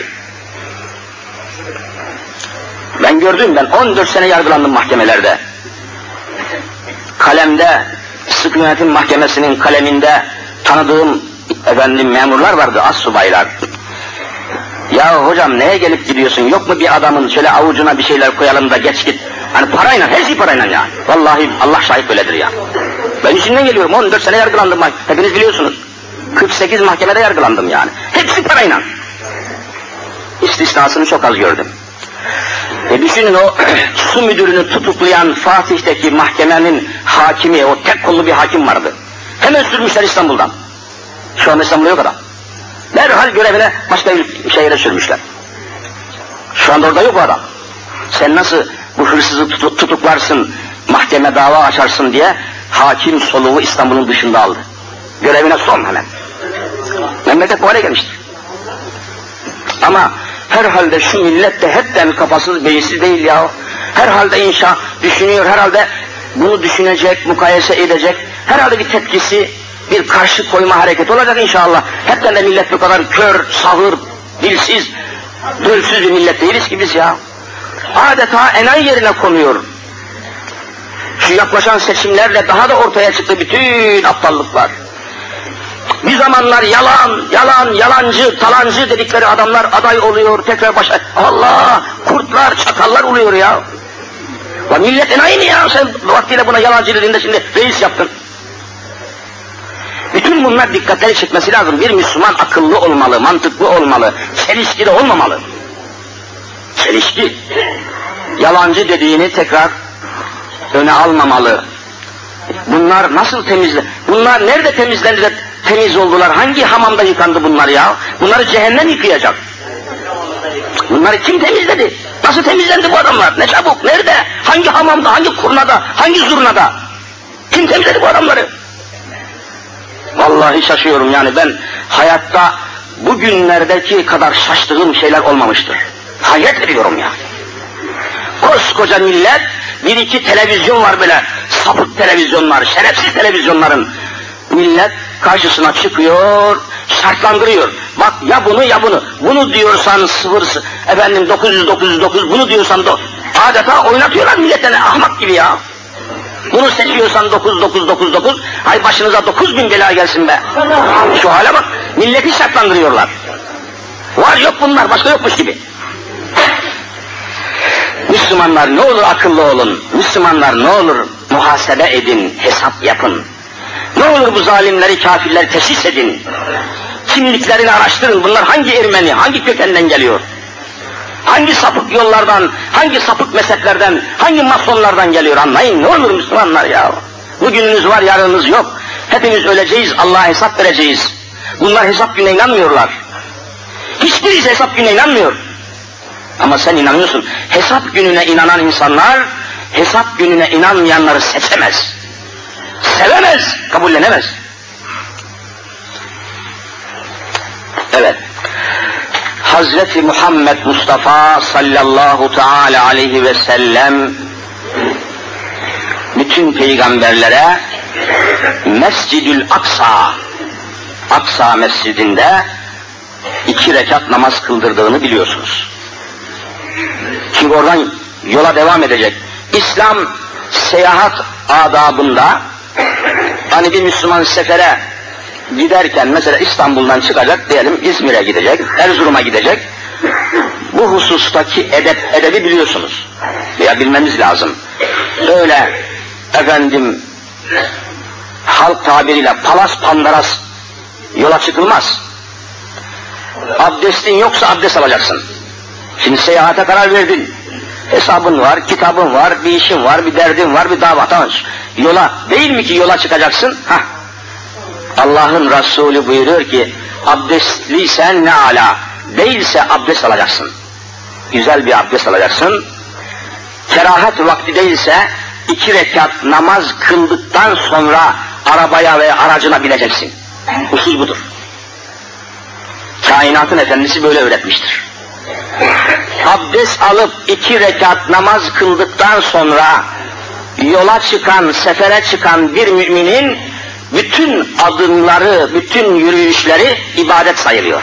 Ben gördüm, ben on dört sene yargılandım mahkemelerde. Kalemde, Sık Yönetim Mahkemesi'nin kaleminde tanıdığım efendim memurlar vardı, astsubaylar. Ya hocam neye gelip gidiyorsun, yok mu bir adamın şöyle avucuna bir şeyler koyalım da geç git. Hani parayla, her şey parayla ya. Vallahi Allah şahit öyledir ya. Ben içinden geliyorum, on dört sene yargılandım, hepiniz biliyorsunuz. kırk sekiz mahkemede yargılandım yani. Hepsi parayla. İstisnasını çok az gördüm. E düşünün o su müdürünü tutuklayan Fatih'teki mahkemenin hakimi, o tek kollu bir hakim vardı. Hemen sürmüşler İstanbul'dan. Şu anda İstanbul'da yok adam. Derhal görevine başka bir şehire sürmüşler. Şu anda orada yok o adam. Sen nasıl bu hırsızı tutu tutuklarsın, mahkeme dava açarsın diye hakim soluğu İstanbul'un dışında aldı. Görevine son hemen. Memleket bu hale gelmiştir. Ama herhalde şu millet de hepten kafasız, beyinsiz değil ya. Herhalde inşa düşünüyor, herhalde bunu düşünecek, mukayese edecek. Herhalde bir tepkisi, bir karşı koyma hareketi olacak inşallah. Hepten de millet bu kadar kör, sağır, dilsiz, dölsüz bir millet değiliz ki biz ya. Adeta enayi yerine konuyor. Şu yaklaşan seçimlerle daha da ortaya çıktı bütün aptallıklar. Bir zamanlar yalan, yalan, yalancı, talancı dedikleri adamlar aday oluyor, tekrar başa... Allah! Kurtlar, çakallar oluyor ya. Lan millet enayi mi ya? Sen vaktiyle buna yalancı dediğinde şimdi reis yaptın. Bütün bunlar dikkatleri çekmesi lazım. Bir Müslüman akıllı olmalı, mantıklı olmalı, çelişkili olmamalı. Çelişki. Yalancı dediğini tekrar öne almamalı. Bunlar nasıl temizle? Bunlar nerede temizlendi de temiz oldular? Hangi hamamda yıkandı bunlar ya? Bunları cehennem yıkayacak. Bunları kim temizledi? Nasıl temizlendi bu adamlar? Ne çabuk? Nerede? Hangi hamamda? Hangi kurnada? Hangi zurnada? Kim temizledi bu adamları? Vallahi şaşıyorum yani, ben hayatta bugünlerdeki kadar şaştığım şeyler olmamıştır. Hayret ediyorum ya. Koskoca millet, bir iki televizyon var böyle, sapık televizyonlar, şerefsiz televizyonların. Millet karşısına çıkıyor, şartlandırıyor. Bak ya bunu ya bunu. Bunu diyorsan sıfır, efendim dokuz yüz dokuz yüz dokuz, bunu diyorsan da adeta oynatıyorlar milletine ahmak gibi ya. Bunu seçiyorsan dokuz dokuz dokuz dokuz, ay başınıza dokuz bin bela gelsin be. Şu hale bak, milleti şartlandırıyorlar. Var yok bunlar, başka yokmuş gibi. Müslümanlar ne olur akıllı olun, Müslümanlar ne olur muhasebe edin, hesap yapın. Ne olur bu zalimleri, kafirleri teşhis edin. Kimliklerini araştırın, bunlar hangi Ermeni, hangi kökenden geliyor? Hangi sapık yollardan, hangi sapık mezheplerden, hangi masonlardan geliyor anlayın, ne olur Müslümanlar ya. Bugününüz var, yarınınız yok. Hepimiz öleceğiz, Allah'a hesap vereceğiz. Bunlar hesap gününe inanmıyorlar. Hiçbirisi hesap gününe inanmıyor. Ama sen inanıyorsun. Hesap gününe inanan insanlar, hesap gününe inanmayanları seçemez. Sevemez, kabullenemez. Evet. Hazreti Muhammed Mustafa sallallahu teala aleyhi ve sellem bütün peygamberlere Mescid-ül Aksa, Aksa mescidinde iki rekat namaz kıldırdığını biliyorsunuz. Çünkü oradan yola devam edecek. İslam seyahat adabında hani bir Müslüman sefere giderken mesela İstanbul'dan çıkacak diyelim İzmir'e gidecek, Erzurum'a gidecek. Bu husustaki edep, edebi biliyorsunuz. Veya bilmemiz lazım. Öyle efendim halk tabiriyle palas pandaras yola çıkılmaz. Abdestin yoksa abdest alacaksın. Şimdi seyahate karar verdin. Hesabın var, kitabın var, bir işin var, bir derdin var, bir davatın. Yola, değil mi ki yola çıkacaksın? Hah. Allah'ın Resulü buyuruyor ki, abdestliysen ne ala, değilse abdest alacaksın. Güzel bir abdest alacaksın. Kerahat vakti değilse, iki rekat namaz kıldıktan sonra arabaya ve aracına bineceksin. Usul budur. Kainatın efendisi böyle öğretmiştir. Abdest alıp iki rekat namaz kıldıktan sonra yola çıkan, sefere çıkan bir müminin bütün adımları, bütün yürüyüşleri ibadet sayılıyor.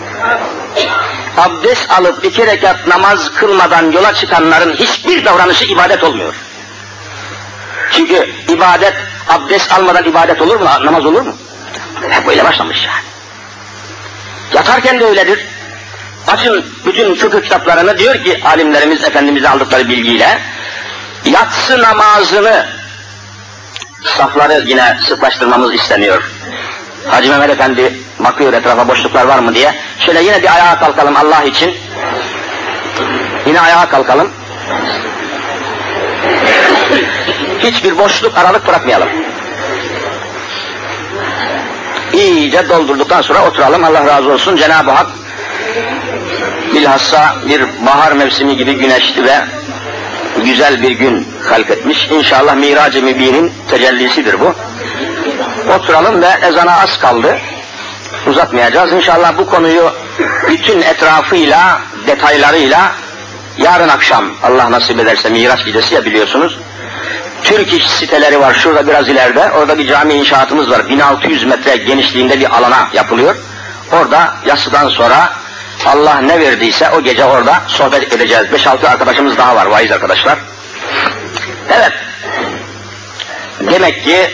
Abdest alıp iki rekat namaz kılmadan yola çıkanların hiçbir davranışı ibadet olmuyor. Çünkü ibadet, abdest almadan ibadet olur mu, namaz olur mu? Hep böyle başlamış yani. Yatarken de öyledir. Açın bütün fıkıh kitaplarını, diyor ki alimlerimiz Efendimiz'e aldıkları bilgiyle, yatsı namazını, safları yine sıklaştırmamız isteniyor. Hacı Mehmet Efendi bakıyor etrafa boşluklar var mı diye. Şöyle yine bir ayağa kalkalım Allah için. Yine ayağa kalkalım. Hiçbir boşluk, aralık bırakmayalım. İyice doldurduktan sonra oturalım. Allah razı olsun. Cenab-ı Hak bilhassa bir bahar mevsimi gibi güneşli ve güzel bir gün halketmiş. İnşallah Mirac-ı Mübin'in tecellisidir bu. Oturalım ve ezana az kaldı. Uzatmayacağız. İnşallah bu konuyu bütün etrafıyla, detaylarıyla yarın akşam Allah nasip ederse Miraç gecesi ya biliyorsunuz. Türk iş siteleri var şurada biraz ileride. Orada bir cami inşaatımız var. bin altı yüz metre genişliğinde bir alana yapılıyor. Orada yatsıdan sonra Allah ne verdiyse o gece orada sohbet edeceğiz. beş altı arkadaşımız daha var, vaiz arkadaşlar. Evet. Demek ki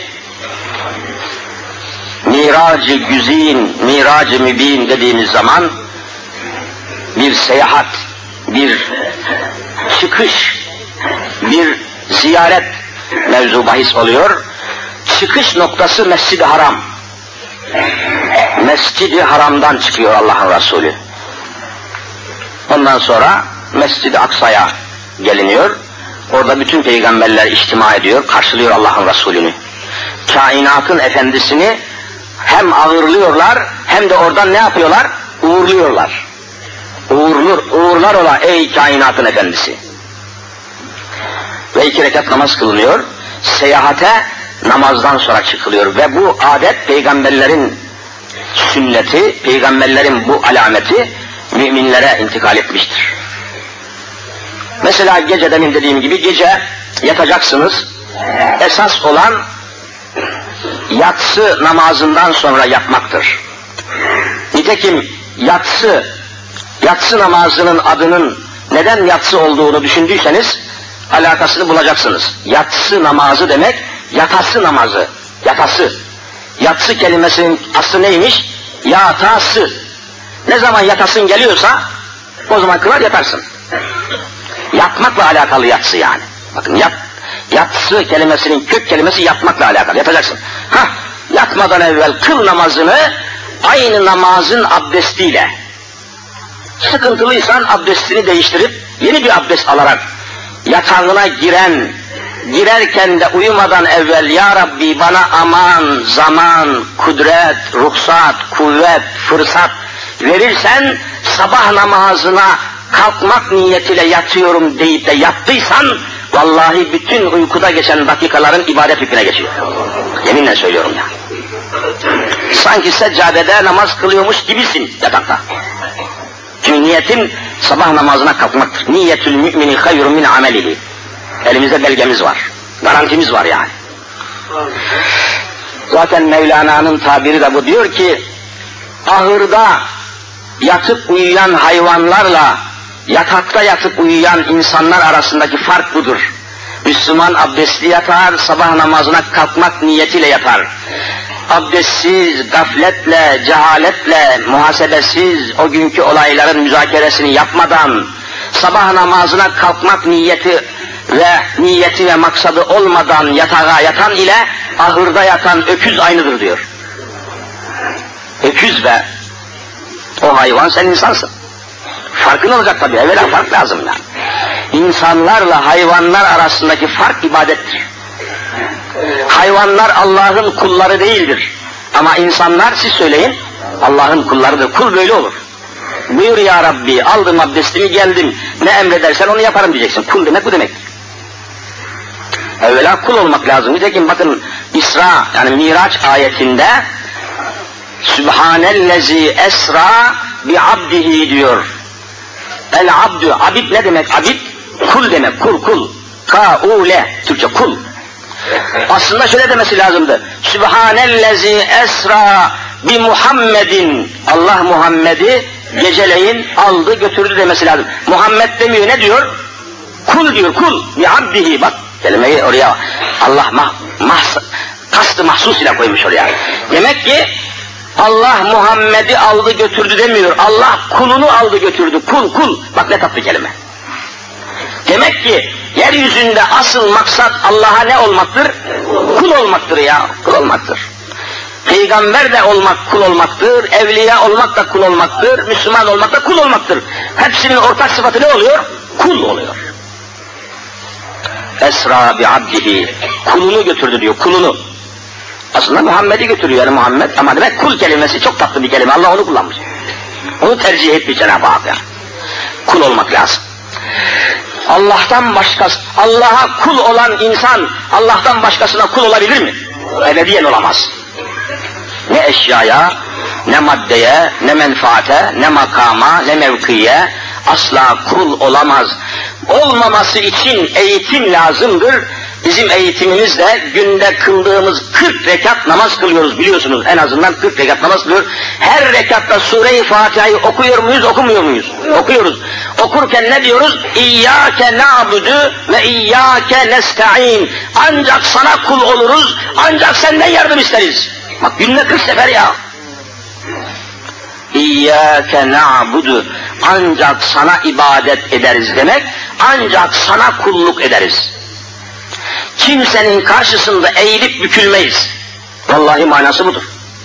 Mirac-ı Güzin, Mirac-ı Mübin dediğimiz zaman bir seyahat, bir çıkış, bir ziyaret mevzu bahis oluyor. Çıkış noktası Mescid-i Haram. Mescid-i Haram'dan çıkıyor Allah'ın Resulü. Ondan sonra Mescid-i Aksa'ya geliniyor. Orada bütün peygamberler içtima ediyor, karşılıyor Allah'ın Resulü'nü. Kainatın efendisini hem ağırlıyorlar hem de oradan ne yapıyorlar? Uğurluyorlar. Uğurlur, uğurlar ola ey kainatın efendisi. Ve iki rekat namaz kılınıyor. Seyahate namazdan sonra çıkılıyor ve bu adet peygamberlerin sünneti, peygamberlerin bu alameti müminlere intikal etmiştir. Mesela gece demin dediğim gibi gece yatacaksınız. Esas olan yatsı namazından sonra yatmaktır. Nitekim yatsı, yatsı namazının adının neden yatsı olduğunu düşündüyseniz alakasını bulacaksınız. Yatsı namazı demek yatası namazı, yatası. Yatsı kelimesinin aslı neymiş? Yatası. Ne zaman yatasın geliyorsa o zaman kılar yatarsın. Yatmakla alakalı yatsı yani. Bakın yat, yatsı kelimesinin kök kelimesi yatmakla alakalı. Yatacaksın. Hah, yatmadan evvel kıl namazını aynı namazın abdestiyle. Sıkıntılıysan abdestini değiştirip yeni bir abdest alarak yatağına giren, girerken de uyumadan evvel ya Rabbi bana aman, zaman, kudret, ruhsat, kuvvet, fırsat verirsen sabah namazına kalkmak niyetiyle yatıyorum deyip de yattıysan vallahi bütün uykuda geçen dakikaların ibadet hükmüne geçiyor. Yeminle söylüyorum ya. Sanki seccadede namaz kılıyormuş gibisin yatakta. Çünkü niyetin sabah namazına kalkmaktır. Niyetül mümini hayrun min amelihi. Elimizde belgemiz var. Garantimiz var yani. Zaten Mevlana'nın tabiri de bu, diyor ki ahırda yatıp uyuyan hayvanlarla yatakta yatıp uyuyan insanlar arasındaki fark budur. Müslüman abdestli yatar, sabah namazına kalkmak niyetiyle yatar. Abdestsiz, gafletle, cehaletle, muhasebesiz o günkü olayların müzakeresini yapmadan sabah namazına kalkmak niyeti ve niyeti ve maksadı olmadan yatağa yatan ile ahırda yatan öküz aynıdır diyor. Öküz be, o hayvan sen insansın. Farkın olacak tabii, evvela fark lazım yani. İnsanlarla hayvanlar arasındaki fark ibadettir. Hayvanlar Allah'ın kulları değildir. Ama insanlar, siz söyleyin, Allah'ın kullarıdır. Kul böyle olur. Buyur ya Rabbi, aldım abdestimi geldim, ne emredersen onu yaparım diyeceksin. Kul demek bu demek. Evvela kul olmak lazım. Nitekim bakın İsra, yani Miraç ayetinde Sübhanellezi esra bi abdihi diyor. El abdü, abid ne demek? Abid, kul demek, kul kul. Ka-ule, Türkçe kul. Aslında şöyle demesi lazımdı. Sübhanellezi esra bi Muhammedin. Allah Muhammed'i geceleyin aldı götürdü demesi lazım. Muhammed demiyor, ne diyor? Kul diyor, kul. Bi abdihi, bak kelimeyi oraya Allah mah, mah, kastı mahsus ile koymuş oraya. Demek ki Allah Muhammed'i aldı götürdü demiyor. Allah kulunu aldı götürdü. Kul kul. Bak ne tatlı kelime. Demek ki yeryüzünde asıl maksat Allah'a ne olmaktır? Kul olmaktır ya. Kul olmaktır. Peygamber de olmak kul olmaktır. Evliya olmak da kul olmaktır. Müslüman olmak da kul olmaktır. Hepsinin ortak sıfatı ne oluyor? Kul oluyor. Esra bi abdihi. Kulunu götürdü diyor. Kulunu. Aslında Muhammed'i götürüyor yani Muhammed, ama demek kul kelimesi çok tatlı bir kelime. Allah onu kullanmış. Onu tercih etmiş Cenab-ı Hak yani. Kul olmak lazım. Allah'tan başkası, Allah'a kul olan insan Allah'tan başkasına kul olabilir mi? Ebediyen olamaz. Ne eşyaya, ne maddeye, ne menfaate, ne makama, ne mevkiye asla kul olamaz. Olmaması için eğitim lazımdır. Bizim eğitimimizde günde kıldığımız kırk rekat namaz kılıyoruz, biliyorsunuz, en azından kırk rekat namaz kılıyoruz. Her rekatta Sure-i Fatiha'yı okuyor muyuz, okumuyor muyuz? Okuyoruz. Okurken ne diyoruz? İyyâke na'budu ve iyyâke nesta'in. Ancak sana kul oluruz, ancak senden yardım isteriz. Bak günde kırk sefer ya. İyyâke na'budu, ancak sana ibadet ederiz demek, ancak sana kulluk ederiz. Kimsenin karşısında eğilip bükülmeyiz. Vallahi manası budur.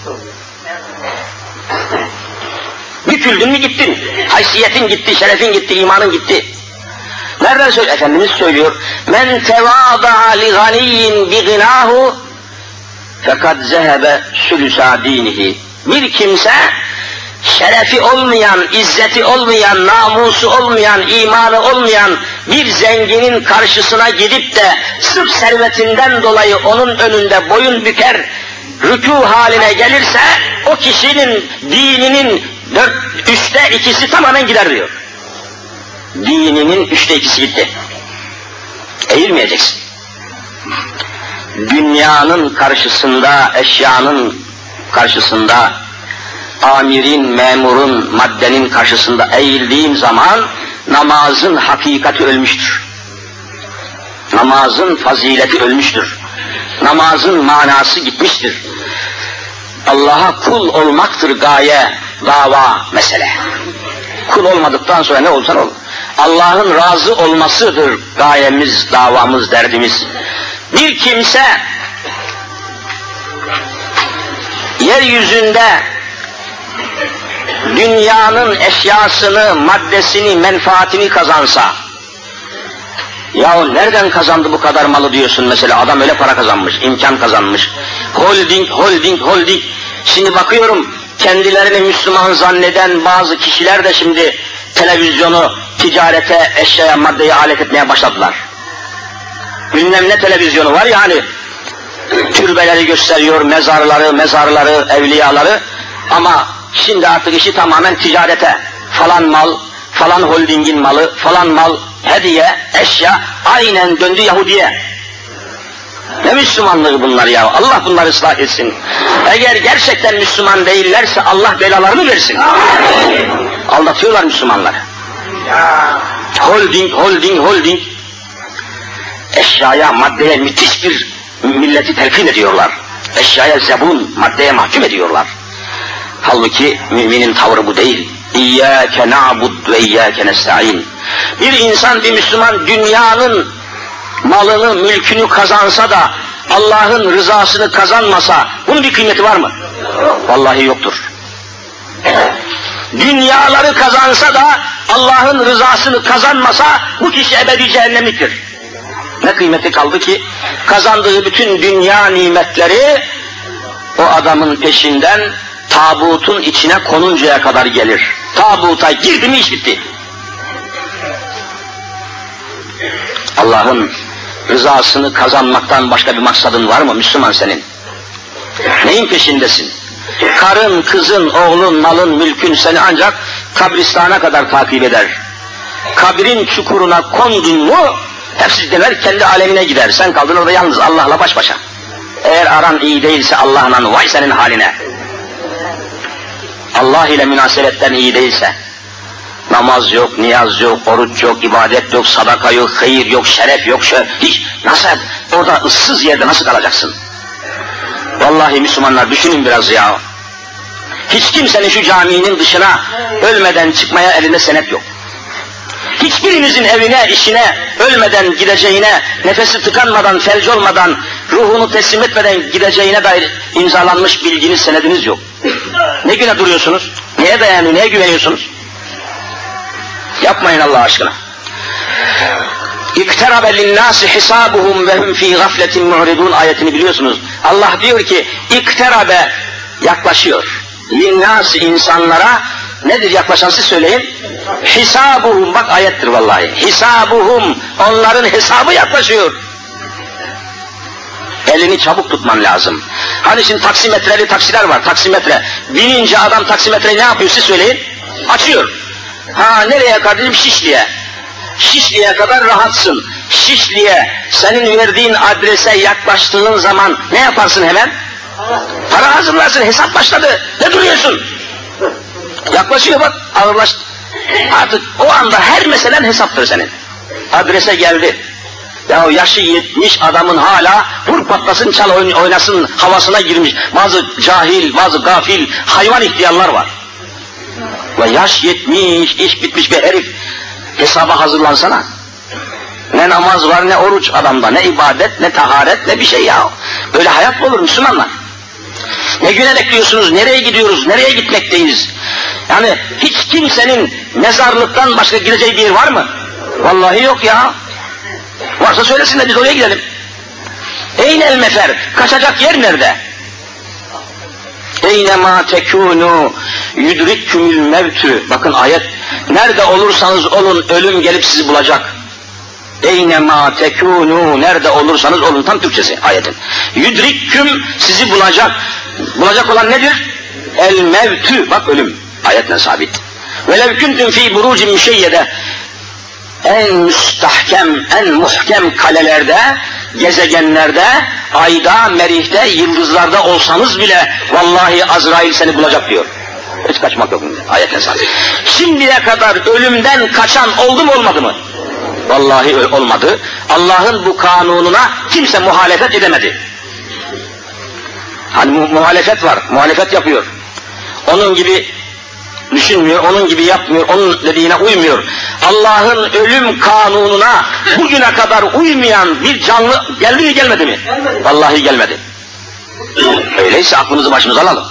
Büküldün mü gittin. Haysiyetin gitti, şerefin gitti, imanın gitti. Nereden söylüyor? Efendimiz söylüyor. Men tevâda'a li ganiyyin bi gınâhu fekad zehebe sülüsâ dînihi. Bir kimse şerefi olmayan, izzeti olmayan, namusu olmayan, imanı olmayan bir zenginin karşısına gidip de sırf servetinden dolayı onun önünde boyun büker, rükû haline gelirse o kişinin dininin dört, üçte ikisi tamamen gider diyor. Dininin üçte ikisi gitti. Eğilmeyeceksin. Dünyanın karşısında, eşyanın karşısında, amirin, memurun, maddenin karşısında eğildiğim zaman namazın hakikati ölmüştür. Namazın fazileti ölmüştür. Namazın manası gitmiştir. Allah'a kul olmaktır gaye, dava, mesele. Kul olmadıktan sonra ne olursan ol. Allah'ın razı olmasıdır gayemiz, davamız, derdimiz. Bir kimse yeryüzünde dünyanın eşyasını, maddesini, menfaatini kazansa, yahu nereden kazandı bu kadar malı diyorsun mesela, adam öyle para kazanmış, imkan kazanmış. Holding, holding, holding. Şimdi bakıyorum, kendilerini Müslüman zanneden bazı kişiler de şimdi televizyonu ticarete, eşyaya, maddeye alet etmeye başladılar. Bilmem ne televizyonu var ya hani, türbeleri gösteriyor, mezarları, mezarları, evliyaları, ama şimdi artık işi tamamen ticarete, falan mal, falan holdingin malı, falan mal, hediye, eşya, aynen döndü Yahudiye. Ne Müslümanlığı bunlar ya, Allah bunları ıslah etsin. Eğer gerçekten Müslüman değillerse Allah belalarını versin. Aldatıyorlar Müslümanları. Holding, holding, holding. Eşyaya, maddeye müthiş bir milleti telkin ediyorlar. Eşyaya zebun, maddeye mahkum ediyorlar. Halbuki müminin tavrı bu değil. İyyâke na'bud ve iyyâke nesta'in. Bir insan, bir Müslüman dünyanın malını, mülkünü kazansa da Allah'ın rızasını kazanmasa bunun bir kıymeti var mı? Vallahi yoktur. Dünyaları kazansa da Allah'ın rızasını kazanmasa bu kişi ebedi cehennemliktir. Ne kıymeti kaldı ki? Kazandığı bütün dünya nimetleri o adamın peşinden tabutun içine konuncaya kadar gelir. Tabuta girdi mi iş bitti. Allah'ın rızasını kazanmaktan başka bir maksadın var mı Müslüman senin? Neyin peşindesin? Karın, kızın, oğlun, malın, mülkün seni ancak kabristana kadar takip eder. Kabrin çukuruna kondun mu hepsi dener kendi alemine gider. Sen kaldın orada yalnız Allah'la baş başa. Eğer aran iyi değilse Allah'la vay senin haline. Allah ile münasebetten iyi değilse, namaz yok, niyaz yok, oruç yok, ibadet yok, sadaka yok, hayır yok, şeref yok, şöyle, hiç, nasıl, orada ıssız yerde nasıl kalacaksın? Vallahi Müslümanlar düşünün biraz ya. Hiç kimsenin şu caminin dışına ölmeden çıkmaya elinde senet yok. Hiçbirinizin evine, işine, ölmeden gideceğine, nefesi tıkanmadan, felç olmadan, ruhunu teslim etmeden gideceğine dair imzalanmış bilginiz, senediniz yok. Ne güne duruyorsunuz? Neye dayanıyor, neye güveniyorsunuz? Yapmayın Allah aşkına. İkterabe linnâsi hisâbuhum ve hum fî gafletin mu'ridûn ayetini biliyorsunuz. Allah diyor ki, ikterabe yaklaşıyor. Linnâsi insanlara, nedir yaklaşan siz söyleyin? Hisabuhum, bak ayettir vallahi. Hisabuhum, onların hesabı yaklaşıyor. Elini çabuk tutman lazım. Hani şimdi taksimetreli taksiler var, taksimetre. Binince adam taksimetreyi ne yapıyor siz söyleyin? Açıyor. Ha nereye kardeşim? Şişli'ye. Şişli'ye kadar rahatsın. Şişli'ye, senin verdiğin adrese yaklaştığın zaman ne yaparsın hemen? Para hazırlarsın, hesap başladı. Ne duruyorsun? Yaklaşıyor bak, ağırlaştı. Artık o anda her meselen hesaptır senin. Adrese geldi. Ya yaşı yetmiş adamın hala vur patlasın, çal oynasın havasına girmiş. Bazı cahil, bazı gafil, hayvan ihtiyarlar var. Ve yaş yetmiş, iş bitmiş bir herif. Hesaba hazırlansana. Ne namaz var, ne oruç adamda, ne ibadet, ne taharet, ne bir şey ya. Böyle hayat mı olur Müslümanlar? Ne güne bekliyorsunuz, nereye gidiyoruz, nereye gitmekteyiz? Yani hiç kimsenin mezarlıktan başka gideceği bir yer var mı? Vallahi yok ya. Varsa söylesin de biz oraya gidelim. Eynel mefer, kaçacak yer nerede? Eynemâ tekûnû yudrikkümül mevtü. Bakın ayet, nerede olursanız olun ölüm gelip sizi bulacak. Eynemâ tekûnû, nerede olursanız olun, tam Türkçesi ayetin. Yudrikküm, sizi bulacak. Bulacak olan nedir? El mevtü, bak ölüm, ayetle sabit. Velev kuntum fî burucin müşeyyede, en müstahkem, en muhkem kalelerde, gezegenlerde, ayda, merihte, yıldızlarda olsanız bile vallahi Azrail seni bulacak diyor. Hiç kaçmak yok ayetle sabit. Şimdiye kadar ölümden kaçan oldu mu olmadı mı? Vallahi olmadı. Allah'ın bu kanununa kimse muhalefet edemedi. Hani mu muhalefet var, muhalefet yapıyor. Onun gibi düşünmüyor, onun gibi yapmıyor, onun dediğine uymuyor. Allah'ın ölüm kanununa bugüne kadar uymayan bir canlı geldi mi gelmedi mi? Gelmedi. Vallahi gelmedi. Öyleyse aklımızı başımıza alalım.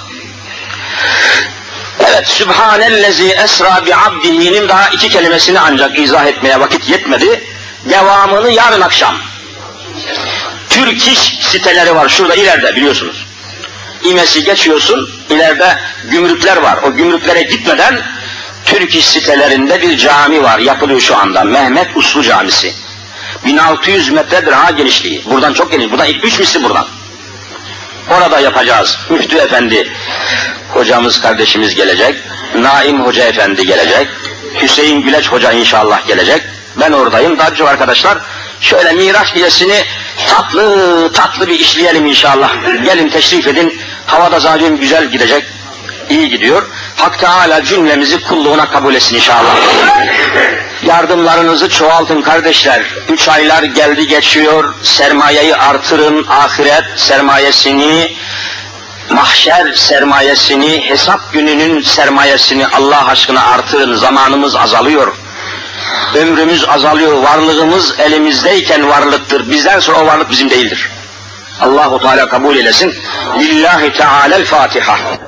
Evet, Sübhanellezi esra bi abdihinin daha iki kelimesini ancak izah etmeye vakit yetmedi. Devamını yarın akşam. Türk iş siteleri var şurada ileride biliyorsunuz. İmesi geçiyorsun, ileride gümrükler var. O gümrüklere gitmeden Türk iş sitelerinde bir cami var, yapılıyor şu anda. Mehmet Uslu Camisi. bin altı yüz metredir ha genişliği. Buradan çok geniş, buradan ilk üç misli buradan. Orada yapacağız. Müftü Efendi hocamız, kardeşimiz gelecek. Naim Hoca Efendi gelecek. Hüseyin Güleç Hoca inşallah gelecek. Ben oradayım. Daha çok arkadaşlar şöyle Miraç gecesini tatlı tatlı bir işleyelim inşallah. Gelin teşrif edin. Havada zaten güzel gidecek. İyi gidiyor. Hak Teala cümlemizi kulluğuna kabul etsin inşallah. Yardımlarınızı çoğaltın kardeşler. Üç aylar geldi geçiyor. Sermayeyi artırın. Ahiret sermayesini, mahşer sermayesini, hesap gününün sermayesini Allah aşkına artırın. Zamanımız azalıyor. Ömrümüz azalıyor. Varlığımız elimizdeyken varlıktır. Bizden sonra o varlık bizim değildir. Allah-u Teala kabul eylesin. Lillahi Teala'l Fatiha.